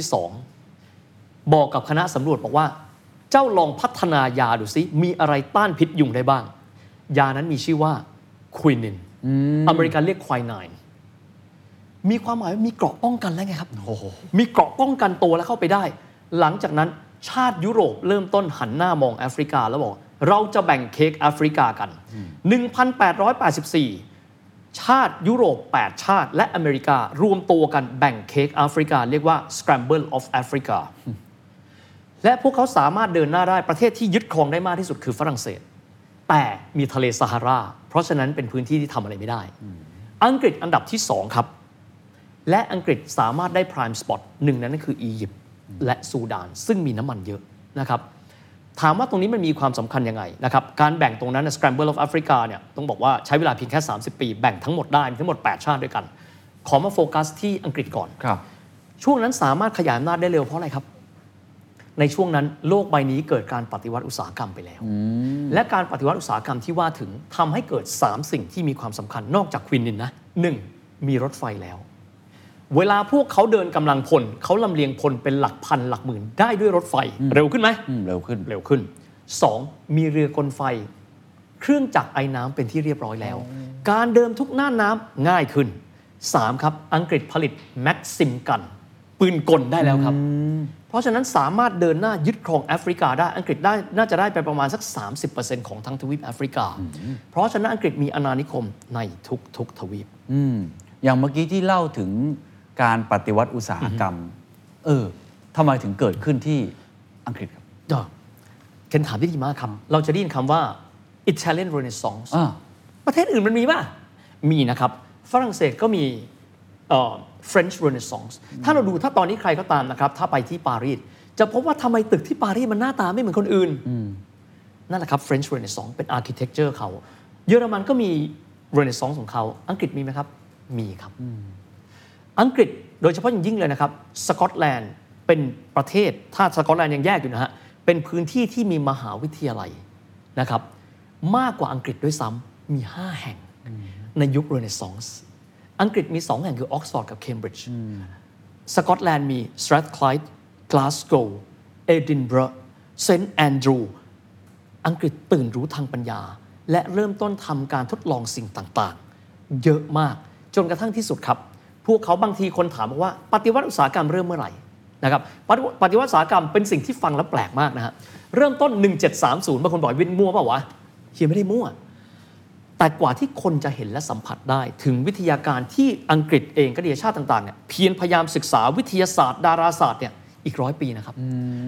2บอกกับคณะสำรวจบอกว่าเจ้าลองพัฒนายาดูสิมีอะไรต้านพิษยุงได้บ้างยานั้นมีชื่อว่าควินินอเมริกันเรียกไควไนน์มีความหมายว่ามีเกราะป้องกันแล้วไงครับมีเกราะป้องกันตัวแล้วเข้าไปได้หลังจากนั้นชาติยุโรปเริ่มต้นหันหน้ามองแอฟริกาแล้วบอกเราจะแบ่งเค้กแอฟริกากัน 1884 ชาติยุโรป8ชาติและอเมริการวมตัวกันแบ่งเค้กแอฟริกาเรียกว่า Scramble of Africa และพวกเขาสามารถเดินหน้าได้ประเทศที่ยึดครองได้มากที่สุดคือฝรั่งเศสแต่มีทะเลซาฮาราเพราะฉะนั้นเป็นพื้นที่ที่ทำอะไรไม่ได้อังกฤษอันดับที่2ครับและอังกฤษสามารถได้ prime spot หนึ่งนั้นคืออียิปต์และซูดานซึ่งมีน้ำมันเยอะนะครับถามว่าตรงนี้มันมีความสำคัญยังไงนะครับการแบ่งตรงนั้น Scramble of Africa เนี่ยต้องบอกว่าใช้เวลาเพียงแค่30ปีแบ่งทั้งหมดได้มีทั้งหมด8ชาติด้วยกันขอมาโฟกัสที่อังกฤษก่อนช่วงนั้นสามารถขยายอำนาจได้เร็วเพราะอะไรครับในช่วงนั้นโลกใบนี้เกิดการปฏิวัติอุตสาหกรรมไปแล้วและการปฏิวัติอุตสาหกรรมที่ว่าถึงทำให้เกิด3สิ่งที่มีความสำคัญนอกจากควินินนะ 1. มีรถไฟแล้วเวลาพวกเขาเดินกำลังพลเขาลำเลียงพลเป็นหลักพันหลักหมื่นได้ด้วยรถไฟเร็วขึ้นไหมเร็วขึ้น 2. มีเรือกลไฟเครื่องจักรไอน้ำเป็นที่เรียบร้อยแล้วการเดินทุกน่านน้ำง่ายขึ้น 3. ครับอังกฤษผลิตแม็กซิมกันปืนกลได้แล้วครับเพราะฉะนั้นสามารถเดินหน้ายึดครองแอฟริกาได้อังกฤษได้น่าจะได้ไปประมาณสัก 30% ของทั้งทวีปแอฟริกาเพราะฉะนั้นอังกฤษมีอาณานิคมในทุกทวีปอย่างเมื่อกี้ที่เล่าถึงการปฏิวัติอุตสาหกรรมทำไมถึงเกิดขึ้นที่อังกฤษครับเคนถามที่ดีมากครับเราจะได้ยินคำว่า Italian Renaissance ประเทศอื่นมันมีป่ะมีนะครับฝรั่งเศสก็มีFrench Renaissance ถ้าเราดูถ้าตอนนี้ใครก็ตามนะครับถ้าไปที่ปารีสจะพบว่าทำไมตึกที่ปารีสมันหน้าตาไม่เหมือนคนอื่นนั่นแหละครับ French Renaissance เป็น Architecture เขาเยอรมันก็มี Renaissance ของเขาอังกฤษมีไหมครับมีครับอังกฤษโดยเฉพาะอย่างยิ่งเลยนะครับสกอตแลนด์เป็นประเทศถ้าสกอตแลนด์ยังแยกอยู่นะฮะเป็นพื้นที่ที่มีมหาวิทยาลัยนะครับมากกว่าอังกฤษด้วยซ้ำมี5แห่งในยุค Renaissanceอังกฤษมี2แห่งคือออกซฟอร์ดกับเคมบริดจ์สกอตแลนด์มีสแตรทไคลด์กลาสโกว์เอดินบะระเซนต์แอนดรูว์อังกฤษตื่นรู้ทางปัญญาและเริ่มต้นทำการทดลองสิ่งต่างๆเยอะมากจนกระทั่งที่สุดครับพวกเขาบางทีคนถามว่าปฏิวัติอุตสาหกรรมเริ่มเมื่อไหร่นะครับปฏิวัติอุตสาหกรรมเป็นสิ่งที่ฟังแล้วแปลกมากนะฮะเริ่มต้น1730บางคนบอกวินมั่วเปล่าวะเฮียไม่ได้มั่วแต่กว่าที่คนจะเห็นและสัมผัสได้ถึงวิทยาการที่อังกฤษเองก็ดีชาติต่างๆเนี่ยเพียรพยายามศึกษาวิทยาศาสตร์ดาราศาสตร์เนี่ยอีก100 ปีนะครับ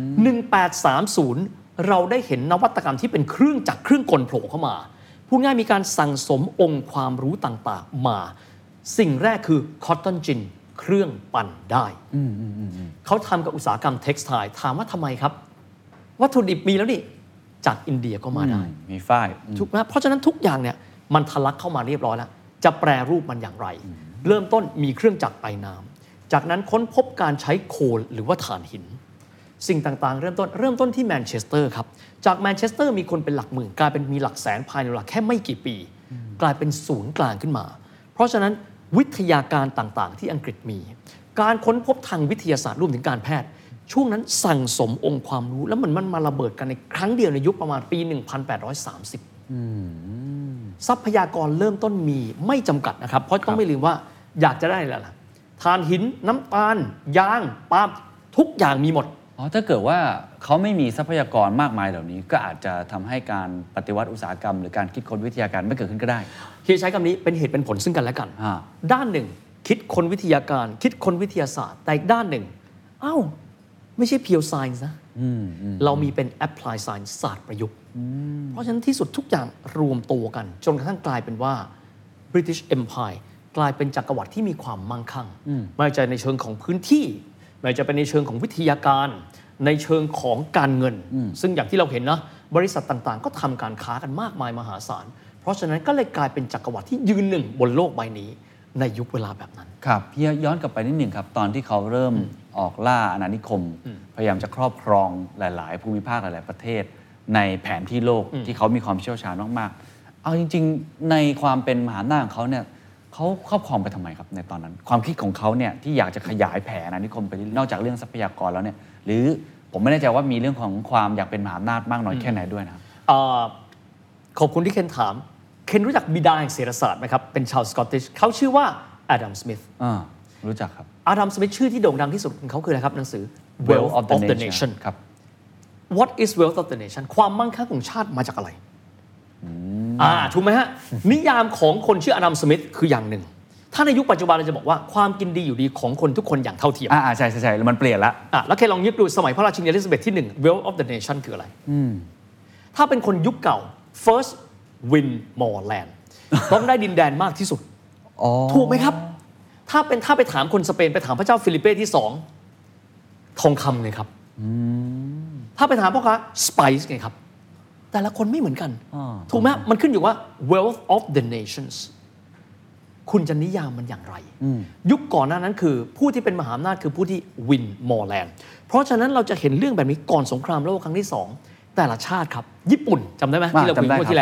1830เราได้เห็นนวัตกรรมที่เป็นเครื่องจักรเครื่องกลโผล่เข้ามาพูดง่ายมีการสั่งสมองค์ความรู้ต่างๆมาสิ่งแรกคือคอตตอนจินเครื่องปั่นได้เขาทำกับอุตสาหกรรมเท็กซ์ไทล์ถามว่าทำไมครับวัตถุดิบมีแล้วนี่จากอินเดียก็มาได้มีฝ้ายถูกไหมเพราะฉะนั้นทุกอย่างเนี่ยมันทะลักเข้ามาเรียบร้อยแล้วจะแปรรูปมันอย่างไรเริ่มต้นมีเครื่องจักรไอน้ำจากนั้นค้นพบการใช้โคลหรือว่าถ่านหินสิ่งต่างๆเริ่มต้นที่แมนเชสเตอร์ครับจากแมนเชสเตอร์มีคนเป็นหลักหมื่นกลายเป็นมีหลักแสนภายในเวลาแค่ไม่กี่ปีกลายเป็นศูนย์กลางขึ้นมาเพราะฉะนั้นวิทยาการต่างๆที่อังกฤษมีการค้นพบทางวิทยาศาสตร์รวมถึงการแพทย์ช่วงนั้นสั่งสมองค์ความรู้แล้วมันมาระเบิดกันในครั้งเดียวในยุคประมาณปี 1830ทรัพยากรเริ่มต้นมีไม่จำกัดนะครับเพราะต้องไม่ลืมว่าอยากจะได้อะไรล่ะถ่านหินน้ำตาลยางปาล์มทุกอย่างมีหมดถ้าเกิดว่าเขาไม่มีทรัพยากรมากมายเหล่านี้ก็อาจจะทำให้การปฏิวัติอุตสาหกรรมหรือการคิดค้นวิทยาการไม่เกิดขึ้นก็ได้ที่ใช้คำนี้เป็นเหตุเป็นผลซึ่งกันและกันด้านหนึ่งคิดค้นวิทยาการคิดค้นวิทยาศาสตร์แต่อีกด้านหนึ่งไม่ใช่ pure science นะเรามีเป็น apply science ศาสตร์ประยุกต์เพราะฉะนั้นที่สุดทุกอย่างรวมตัวกันจนกระทั่งกลายเป็นว่า British Empire กลายเป็นจักรวรรดิที่มีความมั่งคั่งไม่ใช่ในเชิงของพื้นที่ไม่จะเป็นในเชิงของวิทยาการในเชิงของการเงินซึ่งอย่างที่เราเห็นนะบริษัทต่างๆก็ทำการค้ากันมากมายมหาศาลเพราะฉะนั้นก็เลยกลายเป็นจักรวรรดิที่ยืนหนึ่งบนโลกใบนี้ในยุคเวลาแบบนั้นครับพี่ย้อนกลับไปนิดหนึ่งครับตอนที่เขาเริ่มออกล่าอาณานิคมพยายามจะครอบครองหลายๆภูมิภาคหลายๆประเทศในแผนที่โลกที่เขามีความเชี่ยวชาญมากๆเอาจริงๆในความเป็นมหาอำนาจของเขาเนี่ยเขาครอบครองไปทำไมครับในตอนนั้นความคิดของเขาเนี่ยที่อยากจะขยายแผ่อาณานิคมไปนอกจากเรื่องทรัพยากรแล้วเนี่ยหรือผมไม่แน่ใจว่ามีเรื่องของความอยากเป็นมหาอำนาจมากน้อยแค่ไหนด้วยนะครับขอบคุณที่เคนถามเคนรู้จักบิดาแห่งเศรษฐศาสตร์ไหมครับเป็นชาวสกอตติชเขาชื่อว่าอดัมสมิธรู้จักครับอดัมสมิธชื่อที่โด่งดังที่สุดของเขาคืออะไรครับหนังสือ Wealth of the Nation ครับ What is wealth of the nation ความมั่งคั่งของชาติมาจากอะไรถูกไหมฮะ นิยามของคนชื่ออดัมสมิธคืออย่างหนึ่งถ้าในยุคปัจจุบันเราจะบอกว่าความกินดีอยู่ดีของคนทุกคนอย่างเท่าเทียมใช่ใช่มันเปลี่ยนละแล้วแค่ลองยึดดูสมัยพระราชินีอลิซาเบธที่1 Wealth of the Nation คืออะไรถ้าเป็นคนยุคเก่า First win more land ต้องได้ดินแดนมากที่สุดถูกไหมครับถ้าไปถามคนสเปนไปถามพระเจ้าฟิลิเป้ที่2ทองคำไงครับถ้าไปถามพ่อค้าสไปซ์ไงครับแต่ละคนไม่เหมือนกันถูกไหมมันขึ้นอยู่ว่า wealth of the nations คุณจะนิยามมันอย่างไรยุคก่อนหน้านั้นคือผู้ที่เป็นมหาอำนาจคือผู้ที่ win more land เพราะฉะนั้นเราจะเห็นเรื่องแบบนี้ก่อนสงครามโลกครั้งที่2แต่ละชาติครับญี่ปุ่นจำได้ไหมที่เราคุยเมื่อที่แล้ว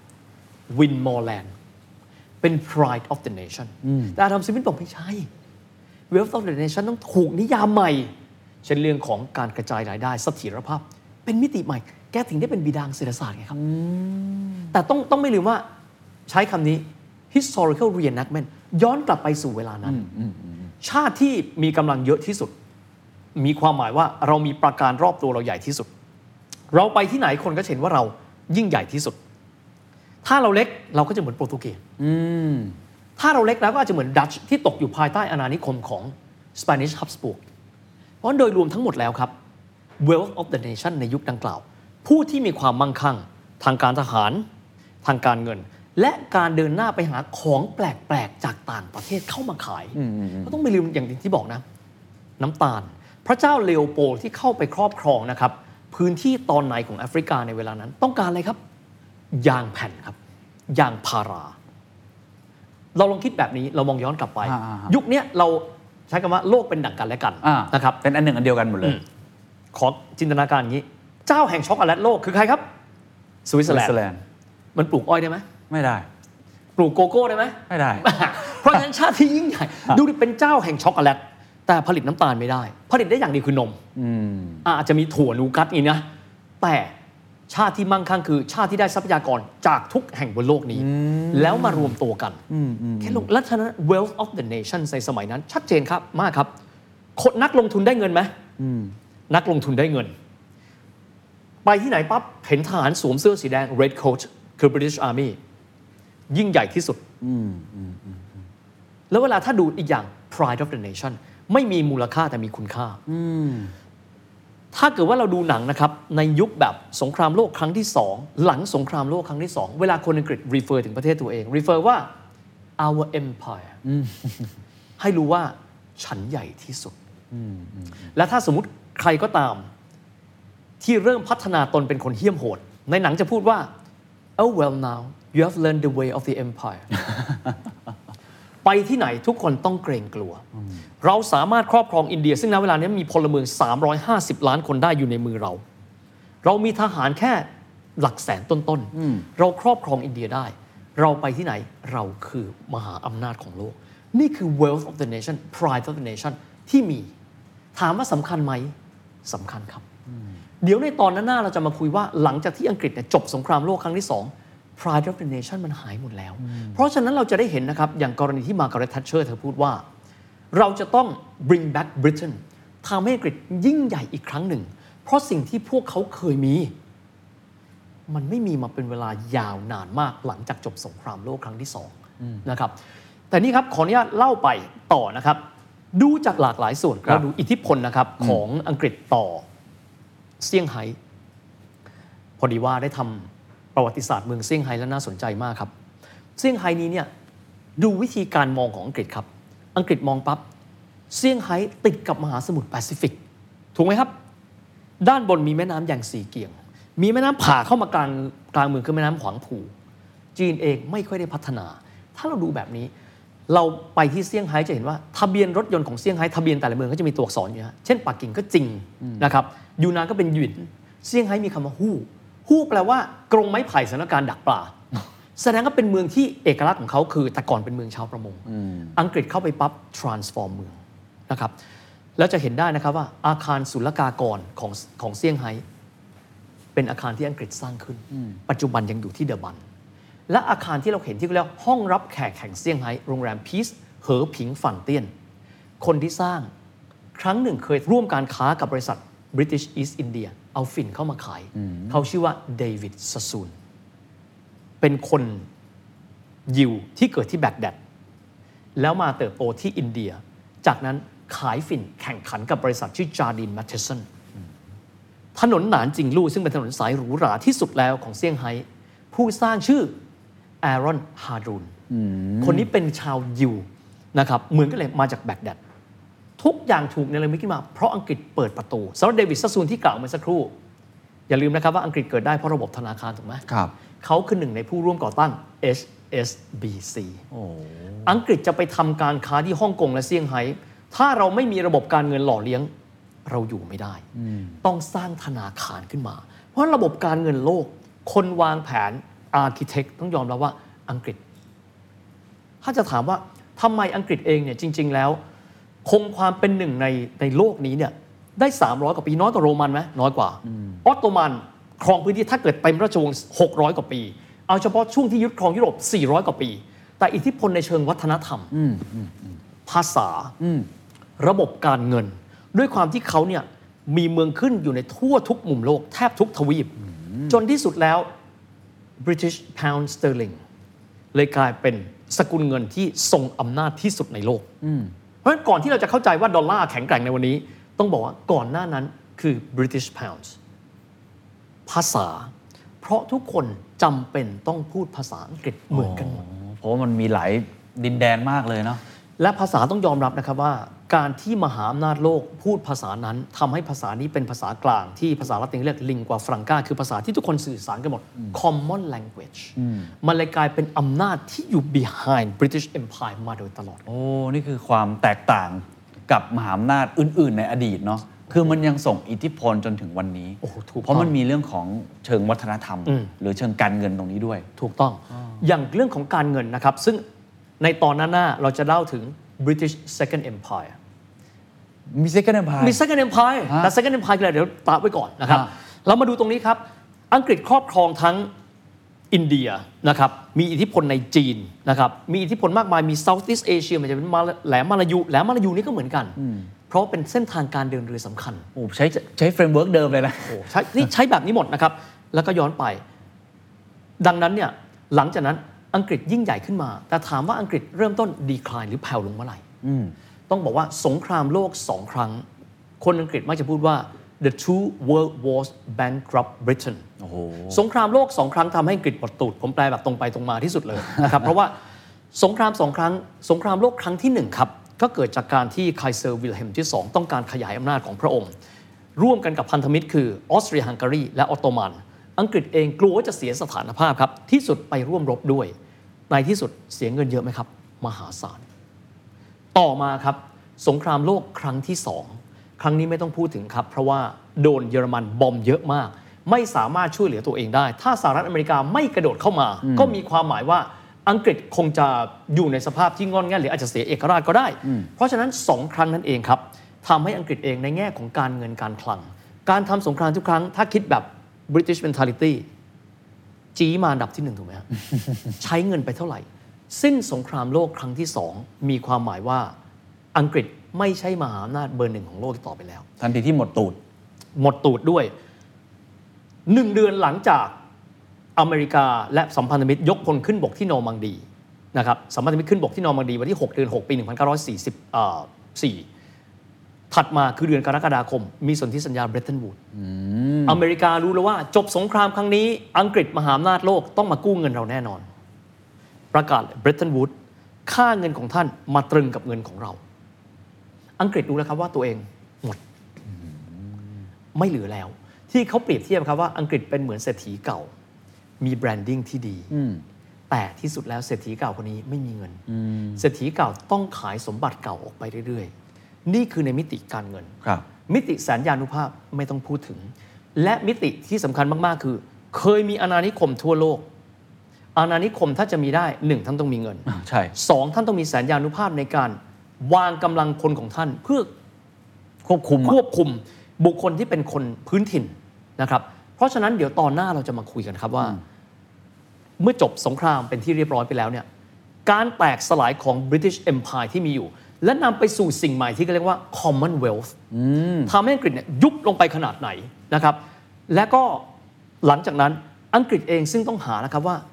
win more land เป็น pride of the nation แต่อาดัมสมิธบอกไม่ใช่ wealth of the nation ต้องถูกนิยามใหม่เช่นเรื่องของการกระจายรายได้เสถียรภาพเป็นมิติใหม่แกถึงได้เป็นบิดาเศรษฐศาสตร์ไงครับแต่ต้องไม่ลืมว่าใช้คำนี้ historical reenactment ย้อนกลับไปสู่เวลานั้นชาติที่มีกำลังเยอะที่สุดมีความหมายว่าเรามีประการรอบตัวเราใหญ่ที่สุดเราไปที่ไหนคนก็เห็นว่าเรายิ่งใหญ่ที่สุดถ้าเราเล็กเราก็จะเหมือนโปรตุเกสถ้าเราเล็กแล้วก็อาจจะเหมือนดัตช์ที่ตกอยู่ภายใต้อาณานิคมของ Spanish Habsburg เพราะโดยรวมทั้งหมดแล้วครับ wealth of the nation ในยุคดังกล่าวผู้ที่มีความมั่งคั่งทางการทหารทางการเงินและการเดินหน้าไปหาของแปลกๆจากต่างประเทศเข้ามาขายก็ต้องไม่ลืมอย่างที่บอกนะน้ำตาลพระเจ้าเลโอโปลที่เข้าไปครอบครองนะครับพื้นที่ตอนในของแอฟริกาในเวลานั้นต้องการอะไรครับยางแผ่นครับยางพาราเราลองคิดแบบนี้เรามองย้อนกลับไปยุคนี้เราใช้คำว่าโลกเป็นดั่งกันและกันนะครับเป็นอันหนึ่งอันเดียวกันหมดเลยขอจินตนาการอย่างนี้เจ้าแห่งช็อกโกแลตโลกคือใครครับสวิตเซอร์แลนด์มันปลูกอ้อยได้ไหมไม่ได้ปลูกโกโก้ได้ไหมไม่ได้เพราะฉะนั้นชาติที่ยิ่งใหญ่ดูดิเป็นเจ้าแห่งช็อกโกแลตแต่ผลิตน้ำตาลไม่ได้ผลิตได้อย่างเดียวคือนมอาจจะมีถั่วนูกัสอีกนะแต่ชาติที่มั่งคั่งคือชาติที่ได้ทรัพยากรจากทุกแห่งบนโลกนี้แล้วมารวมตัวกันแค่และฉะนั้น wealth of the nation ในสมัยนั้นชัดเจนครับมากครับคนนักลงทุนได้เงินไหมนักลงทุนได้เงินไปที่ไหนปั๊บเห็นทหารสวมเสื้อสีแดง red coat คือ British Army ยิ่งใหญ่ที่สุดแล้วเวลาถ้าดูอีกอย่าง pride of the nation ไม่มีมูลค่าแต่มีคุณค่าถ้าเกิดว่าเราดูหนังนะครับในยุคแบบสงครามโลกครั้งที่2หลังสงครามโลกครั้งที่2เวลาคนอังกฤษ refer ถึงประเทศตัวเอง refer ว่า our empire ให้รู้ว่าฉันใหญ่ที่สุดและถ้าสมมุติใครก็ตามที่เริ่มพัฒนาตนเป็นคนเหี้ยมโหดในหนังจะพูดว่า oh well now you have learned the way of the empire ไปที่ไหนทุกคนต้องเกรงกลัวเราสามารถครอบครองอินเดียซึ่งณเวลานี้มีพลเมือง350ล้านคนได้อยู่ในมือเรามีทหารแค่หลักแสนต้นๆเราครอบครองอินเดียได้เราไปที่ไหนเราคือมหาอำนาจของโลกนี่คือ wealth of the nation pride of the nation ที่มีถามว่าสำคัญไหมสำคัญครับเดี๋ยวในตอนหน้าเราจะมาคุยว่าหลังจากที่อังกฤษจบสงครามโลกครั้งที่2 pride of the nation มันหายหมดแล้วเพราะฉะนั้นเราจะได้เห็นนะครับอย่างกรณีที่มาร์กาเร็ต ทัชเชอร์เธอพูดว่าเราจะต้อง bring back Britain ทำให้อังกฤษยิ่งใหญ่อีกครั้งหนึ่งเพราะสิ่งที่พวกเขาเคยมีมันไม่มีมาเป็นเวลายาวนานมากหลังจากจบสงครามโลกครั้งที่2นะครับแต่นี่ครับขออนุญาตเล่าไปต่อนะครับดูจากหลากหลายส่วนเราดูอิทธิพลนะครับของอังกฤษต่อเซี่ยงไฮ้พอดีว่าได้ทำประวัติศาสตร์เมืองเซี่ยงไฮ้แล้วน่าสนใจมากครับเซี่ยงไฮ้นี้เนี่ยดูวิธีการมองของอังกฤษครับอังกฤษมองปั๊บเซี่ยงไฮ้ติดกับมหาสมุทรแปซิฟิกถูกไหมครับด้านบนมีแม่น้ำแยงซีเกียงมีแม่น้ำผ่าเข้ามากลางเมืองคือแม่น้ำขวางผู่จีนเองไม่ค่อยได้พัฒนาถ้าเราดูแบบนี้เราไปที่เซี่ยงไฮ้จะเห็นว่าทะเบียนรถยนต์ของเซี่ยงไฮ้ทะเบียนแต่ละเมืองก็จะมีตัวอักษรอยู่นะเช่นปักกิ่งก็จริงนะครับยูนานก็เป็นหยินเซี่ยงไฮ้มีคำว่าฮู้แปลว่ากรงไม้ไผ่สถานการณ์ดักปลาแสดงว่าเป็นเมืองที่เอกลักษณ์ของเขาคือแต่ก่อนเป็นเมืองชาวประมงอังกฤษเข้าไปปั๊บ transform เมืองนะครับแล้วจะเห็นได้นะครับว่าอาคารศุลกากรของเซี่ยงไฮ้เป็นอาคารที่อังกฤษสร้างขึ้นปัจจุบันยังอยู่ที่เดอะบันและอาคารที่เราเห็นที่เรียกห้องรับแขกแห่งเซี่ยงไฮ้โรงแรมพีซเหอผิงฝันเตี้ยนคนที่สร้างครั้งหนึ่งเคยร่วมการค้ากับบริษัท British East India เอาฝิ่นเข้ามาขายเขาชื่อว่าเดวิดซัสซูนเป็นคนยิวที่เกิดที่แบกแดดแล้วมาเติบโตที่อินเดียจากนั้นขายฝิ่นแข่งขันกับบริษัทชื่อ Jardine Matheson ถนนหนานจิงลู่ซึ่งเป็นถนนสายหรูหราที่สุดแล้วของเซี่ยงไฮ้ผู้สร้างชื่อแอรอนฮารูนคนนี้เป็นชาวยิวนะครับเหมือนกันเลยมาจากแบกแดดทุกอย่างถูกเนรมิตขึ้นมาเพราะอังกฤษเปิดประตูสำหรับเดวิด ซัสซูนที่กล่าวเมื่อสักครู่อย่าลืมนะครับว่าอังกฤษเกิดได้เพราะระบบธนาคารถูกไหมครับเขาคือหนึ่งในผู้ร่วมก่อตั้ง HSBC อังกฤษจะไปทำการค้าที่ฮ่องกงและเซี่ยงไฮ้ถ้าเราไม่มีระบบการเงินหล่อเลี้ยงเราอยู่ไม่ได้ต้องสร้างธนาคารขึ้นมาเพราะระบบการเงินโลกคนวางแผนอาร์คิเทคต้องยอมรับว่าอังกฤษถ้าจะถามว่าทำไมอังกฤษเองเนี่ยจริงๆแล้วคงความเป็นหนึ่งในโลกนี้เนี่ยได้300 กว่าปีน้อยกว่าโรมันไหมน้อยกว่าออตโตมันครองพื้นที่ถ้าเกิดเป็นราชวงศ์600 กว่าปีเอาเฉพาะช่วงที่ยึดครองยุโรป400 กว่าปีแต่อิทธิพลในเชิงวัฒนธรรมภาษาระบบการเงินด้วยความที่เขาเนี่ยมีเมืองขึ้นอยู่ในทั่วทุกมุมโลกแทบทุกทวีปจนที่สุดแล้ว British Pound Sterling เลยกลายเป็นสกุลเงินที่ทรงอำนาจที่สุดในโลกเพราะฉะนั้นก่อนที่เราจะเข้าใจว่าดอลลาร์แข็งแกร่งในวันนี้ต้องบอกว่าก่อนหน้านั้นคือ British Pounds ภาษาเพราะทุกคนจำเป็นต้องพูดภาษาอังกฤษเหมือนกันหมดเพราะมันมีหลายดินแดนมากเลยเนาะและภาษาต้องยอมรับนะครับว่าการที่มหาอำนาจโลกพูดภาษานั้นทำให้ภาษานี้เป็นภาษากลางที่ภาษาละตินเรียก lingua franca คือภาษาที่ทุกคนสื่อสารกันหมด common language มันเลยกลายเป็นอำนาจที่อยู่ behind British Empire มาโดยตลอดโอ้นี่คือความแตกต่างกับมหาอำนาจอื่นๆในอดีตเนาะคือมันยังส่งอิทธิพลจนถึงวันนี้เพราะมันมีเรื่องของเชิงวัฒนธรรมหรือเชิงการเงินตรงนี้ด้วยถูกต้องอย่างเรื่องของการเงินนะครับซึ่งในตอนหน้าเราจะเล่าถึง British Second Empire มี Second Empire มี Second Empire แต่ Second Empire คืออะไรเดี๋ยวตามไว้ก่อนนะครับเรามาดูตรงนี้ครับอังกฤษครอบครองทั้งอินเดียนะครับมีอิทธิพลในจีนนะครับมีอิทธิพลมากมายมี Southeast Asia มันจะเป็นแหลมมาลายูนี่ก็เหมือนกันเพราะเป็นเส้นทางการเดินเรือสำคัญโอ้ใช้เฟรมเวิร์กเดิมเลยนะโอ้ใช้แบบนี้หมดนะครับแล้วก็ย้อนไปดังนั้นเนี่ยหลังจากนั้นอังกฤษยิ่งใหญ่ขึ้นมาแต่ถามว่าอังกฤษเริ่มต้นดีคลายหรือแผ่วลงเมื่อไหร่ต้องบอกว่าสงครามโลก2 ครั้งคนอังกฤษมักจะพูดว่า the two world wars bankrupt Britain สงครามโลก2 ครั้งทำให้อังกฤษหมดตูดผมแปลแบบตรงไปตรงมาที่สุดเลยนะครับ เพราะว่าสงคราม2 ครั้งสงครามโลกครั้งที่1ครับก็เกิดจากการที่ไคเซอร์วิลเฮมที่2ต้องการขยายอำนาจของพระองค์ร่วมกันกับพันธมิตรคือออสเตรียฮังการีและออตโตมันอังกฤษเองกลัวว่าจะเสียสถานภาพครับที่สุดไปร่วมรบด้วยในที่สุดเสียเงินเยอะไหมครับมหาศาลต่อมาครับสงครามโลกครั้งที่2ครั้งนี้ไม่ต้องพูดถึงครับเพราะว่าโดนเยอรมันบอมเยอะมากไม่สามารถช่วยเหลือตัวเองได้ถ้าสหรัฐอเมริกาไม่กระโดดเข้ามาก็มีความหมายว่าอังกฤษคงจะอยู่ในสภาพที่งอนแง่นหรืออาจจะเสียเอกราชก็ได้เพราะฉะนั้น2 ครั้งนั้นเองครับทำให้อังกฤษเองในแง่ของการเงินการคลังการทำสงครามทุกครั้งถ้าคิดแบบ British mentality จี้มาอันดับที่1ถูกไหมครับ ใช้เงินไปเท่าไหร่สิ้นสงครามโลกครั้งที่2มีความหมายว่าอังกฤษไม่ใช่มหาอำนาจเบอร์1ของโลกต่อไปแล้วทันทีที่หมดตูดด้วย1 เดือนหลังจากอเมริกาและสัมพันธมิตรยกพลขึ้นบกที่นอร์มังดีนะครับสัมพันธมิตรขึ้นบกที่นอร์มังดีวันที่6 เดือน 6 ปี 1944ถัดมาคือเดือนกรกฎาคมมีสนธิสัญญาเบรตันวูดอเมริการู้แล้วว่าจบสงครามครั้งนี้อังกฤษมหาอำนาจโลกต้องมากู้เงินเราแน่นอนประกาศเบรตันวูดค่าเงินของท่านมาตรึงกับเงินของเราอังกฤษรู้แล้วครับว่าตัวเองหมดไม่เหลือแล้วที่เขาเปรียบเทียบครับว่าอังกฤษเป็นเหมือนเศรษฐีเก่ามีแบรนดิ้งที่ดีแต่ที่สุดแล้วเศรษฐีเก่าคนนี้ไม่มีเงินเศรษฐีเก่าต้องขายสมบัติเก่าออกไปเรื่อยๆนี่คือในมิติการเงินมิติสัญญานุภาพไม่ต้องพูดถึงและมิติที่สำคัญมากๆคือเคยมีอาณานิคมทั่วโลกอาณานิคมถ้าจะมีได้1ท่านต้องมีเงินใช่ 2ท่านต้องมีสัญญานุภาพในการวางกำลังคนของท่านเพื่อควบคุมบุคคลที่เป็นคนพื้นถิ่นนะครับเพราะฉะนั้นเดี๋ยวตอนหน้าเราจะมาคุยกันครับว่าเมื่อจบสงครามเป็นที่เรียบร้อยไปแล้วเนี่ยการแตกสลายของ British Empire ที่มีอยู่และนำไปสู่สิ่งใหม่ที่เรียกว่า Commonwealth ทำให้อังกฤษเนี่ยยุบลงไปขนาดไหนนะครับและก็หลังจากนั้นอังกฤษเองซึ่งต้องหานะครับว่า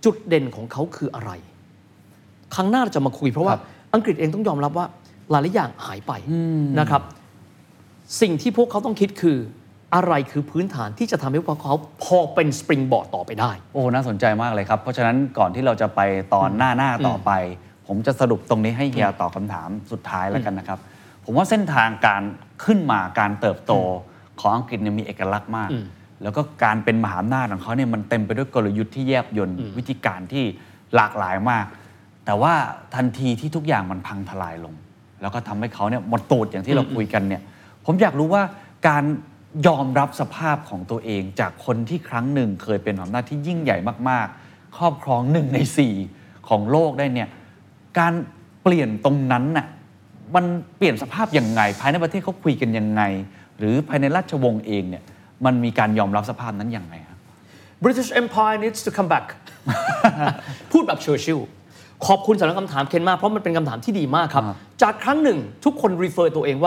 จุดเด่นของเขาคืออะไรครั้งหน้าเราจะมาคุยเพราะว่าอังกฤษเองต้องยอมรับว่าหลายอย่างหายไปนะครับสิ่งที่พวกเขาต้องคิดคืออะไรคือพื้นฐานที่จะทำให้พวกเขาพอเป็นสปริงบอร์ดต่อไปได้โอ้น่าสนใจมากเลยครับเพราะฉะนั้นก่อนที่เราจะไปตอนหน้าต่อไปผมจะสรุปตรงนี้ให้เฮียตอบคำถามสุดท้ายแล้วกันนะครับผมว่าเส้นทางการขึ้นมาการเติบโตของอังกฤษเนี่ยมีเอกลักษณ์มากแล้วก็การเป็นมหาอำนาจของเขาเนี่ยมันเต็มไปด้วยกลยุทธ์ที่แยบยลวิธีการที่หลากหลายมากแต่ว่าทันทีที่ทุกอย่างมันพังทลายลงแล้วก็ทำให้เขาเนี่ยหมดตูดอย่างที่เราคุยกันเนี่ยผมอยากรู้ว่าการยอมรับสภาพของตัวเองจากคนที่ครั้งหนึ่งเคยเป็นอำนาจที่ยิ่งใหญ่มากๆครอบครอง1 ใน 4ของโลกได้เนี่ยการเปลี่ยนตรงนั้นน่ะมันเปลี่ยนสภาพยังไงภายในประเทศเขาคุยกันยังไงหรือภายในราชวงศ์เองเนี่ยมันมีการยอมรับสภาพนั้นยังไงครับ British Empire needs to come back พูดแบบเชอร์ชิลล์ขอบคุณสำหรับคำถามเคนมากเพราะมันเป็นคำถามที่ดีมากครับจากครั้งหนึ่งทุกคน refer ตัวเองว่า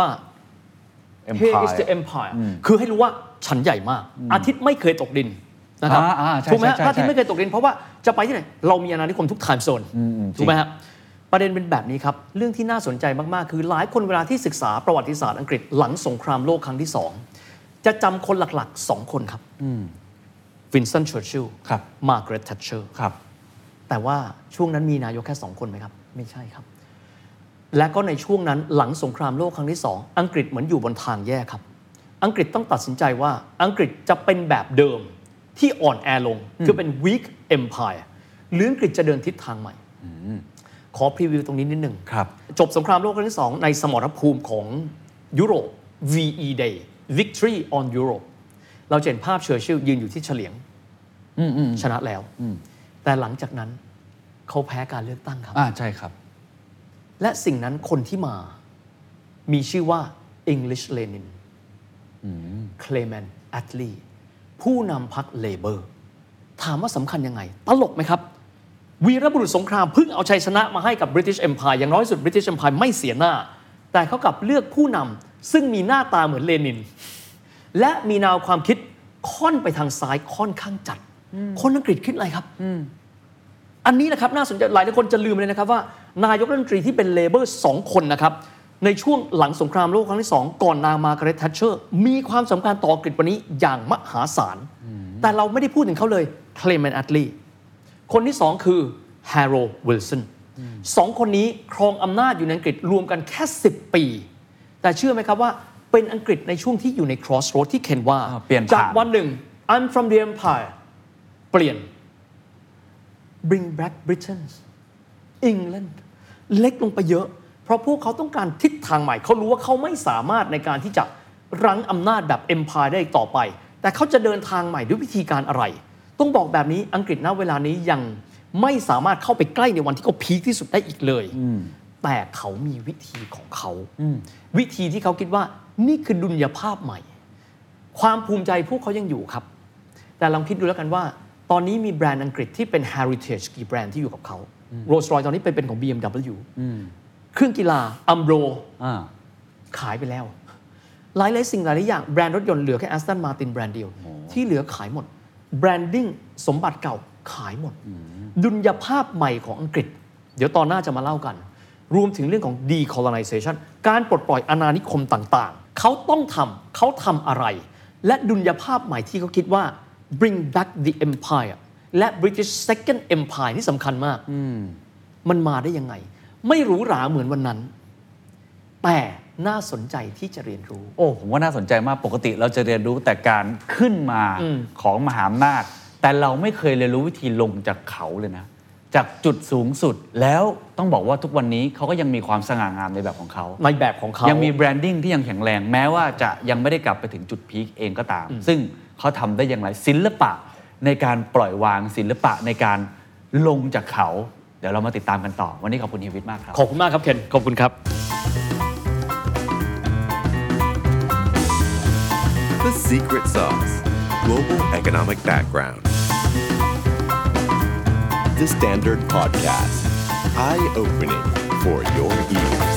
Here is the empire คือให้รู้ว่าฉันใหญ่มากอาทิตย์ไม่เคยตกดินนะครับถูกไหมอาทิตย์ไม่เคยตกดินเพราะว่าจะไปที่ไหนเรามีอาณานิคมทุก time zone ถูกไหมครับประเด็นเป็นแบบนี้ครับเรื่องที่น่าสนใจมากๆคือหลายคนเวลาที่ศึกษาประวัติศาสตร์อังกฤษหลังสงครามโลกครั้งที่2จะจำคนหลักๆ2คนครับวินสตันเชอร์ชิลล์มาร์กาเร็ต แททเชอร์แต่ว่าช่วงนั้นมีนายกแค่2คนไหมครับไม่ใช่ครับและก็ในช่วงนั้นหลังสงครามโลกครั้งที่2อังกฤษเหมือนอยู่บนทางแยกครับอังกฤษต้องตัดสินใจว่าอังกฤษจะเป็นแบบเดิมที่อ่อนแอลงคือเป็น weak empire หรืออังกฤษจะเดินทิศทางใหม่ขอพรีวิวตรงนี้นิดหนึ่งจบสงครามโลกครั้งที่2ในสมรภูมิของยุโรป VE Day Victory on Europe เราเห็นภาพเชอร์ชิลล์ยืนอยู่ที่เฉลียงชนะแล้วแต่หลังจากนั้นเขาแพ้การเลือกตั้งครับใช่ครับและสิ่งนั้นคนที่มามีชื่อว่า English Lenin Clement Attlee ผู้นำพรรคเลเบอร์ถามว่าสำคัญยังไงตลกไหมครับวีรบุรุษสงครามเพิ่งเอาชัยชนะมาให้กับ British Empire อย่างน้อยสุด British Empire ไม่เสียหน้าแต่เขากลับเลือกผู้นำซึ่งมีหน้าตาเหมือนเลนินและมีแนวความคิดค่อนไปทางซ้ายค่อนข้างจัดคนอังกฤษคิดอะไรครับอันนี้นะครับน่าสนใจหลายคนจะลืมเลยนะครับว่านายกรัฐมนตรีที่เป็นเลเบอร์2คนนะครับในช่วงหลังสงครามโลกครั้งที่2ก่อนนางมาร์กาเร็ต แททเชอร์มีความสำคัญต่ออังกฤษวันนี้อย่างมหาศาลแต่เราไม่ได้พูดถึงเขาเลยเคลเมนต์ แอตลีย์คนที่2คือแฮร์โรลด์ วิลสัน2คนนี้ครองอำนาจอยู่ในอังกฤษรวมกันแค่10 ปีแต่เชื่อไหมครับว่าเป็นอังกฤษในช่วงที่อยู่ใน crossroad ที่เคนว่าจากวันหนึ่ง I'm from the empire เปลี่ยน bring back Britain England เล็กลงไปเยอะเพราะพวกเขาต้องการทิศทางใหม่เขารู้ว่าเขาไม่สามารถในการที่จะรั้งอำนาจแบบ empire ได้ต่อไปแต่เขาจะเดินทางใหม่ด้วยวิธีการอะไรต้องบอกแบบนี้อังกฤษณเวลานี้ยังไม่สามารถเข้าไปใกล้ในวันที่เขาพีคที่สุดได้อีกเลยแต่เขามีวิธีของเขาวิธีที่เขาคิดว่านี่คือดุลยภาพใหม่ความภูมิใจพวกเขายังอยู่ครับแต่ลองคิดดูแล้วกันว่าตอนนี้มีแบรนด์อังกฤษที่เป็น heritage กี่แบรนด์ที่อยู่กับเขาโรลส์รอยซ์ตอนนี้เป็นของ BMW เครื่องกีฬาอัมโบรขายไปแล้วหลายสิ่งหลายอย่างแบรนด์รถยนต์เหลือแค่ Aston Martin แบรนด์เดียวที่เหลือขายหมดแบรนดิ้งสมบัติเก่าขายหมดดุลยภาพใหม่ของอังกฤษเดี๋ยวตอนหน้าจะมาเล่ากันรวมถึงเรื่องของ decolonization การปลดปล่อยอาณานิคมต่างๆเขาต้องเขาทำอะไรและดุลยภาพใหม่ที่เขาคิดว่า bring back the empire และ British Second Empire นี่สำคัญมากมันมาได้ยังไงไม่หรูหราเหมือนวันนั้นแต่น่าสนใจที่จะเรียนรู้ผมว่าน่าสนใจมากปกติเราจะเรียนรู้แต่การขึ้นมาของมหาอำนาจแต่เราไม่เคยเรียนรู้วิธีลงจากเขาเลยนะจากจุดสูงสุดแล้วต้องบอกว่าทุกวันนี้เขาก็ยังมีความสง่างามในแบบของเขายังมีแบรนดิ้งที่ยังแข็งแรงแม้ว่าจะยังไม่ได้กลับไปถึงจุดพีคเองก็ตามซึ่งเขาทำได้อย่างไรศิลปะในการปล่อยวางศิลปะในการลงจากเขาเดี๋ยวเรามาติดตามกันต่อวันนี้ขอบคุณเฮียวิทย์มากครับขอบคุณมากครับเคนขอบคุณครับ The Secret Sauce Global Economic Background The Standard Podcast Eye-opening for your ears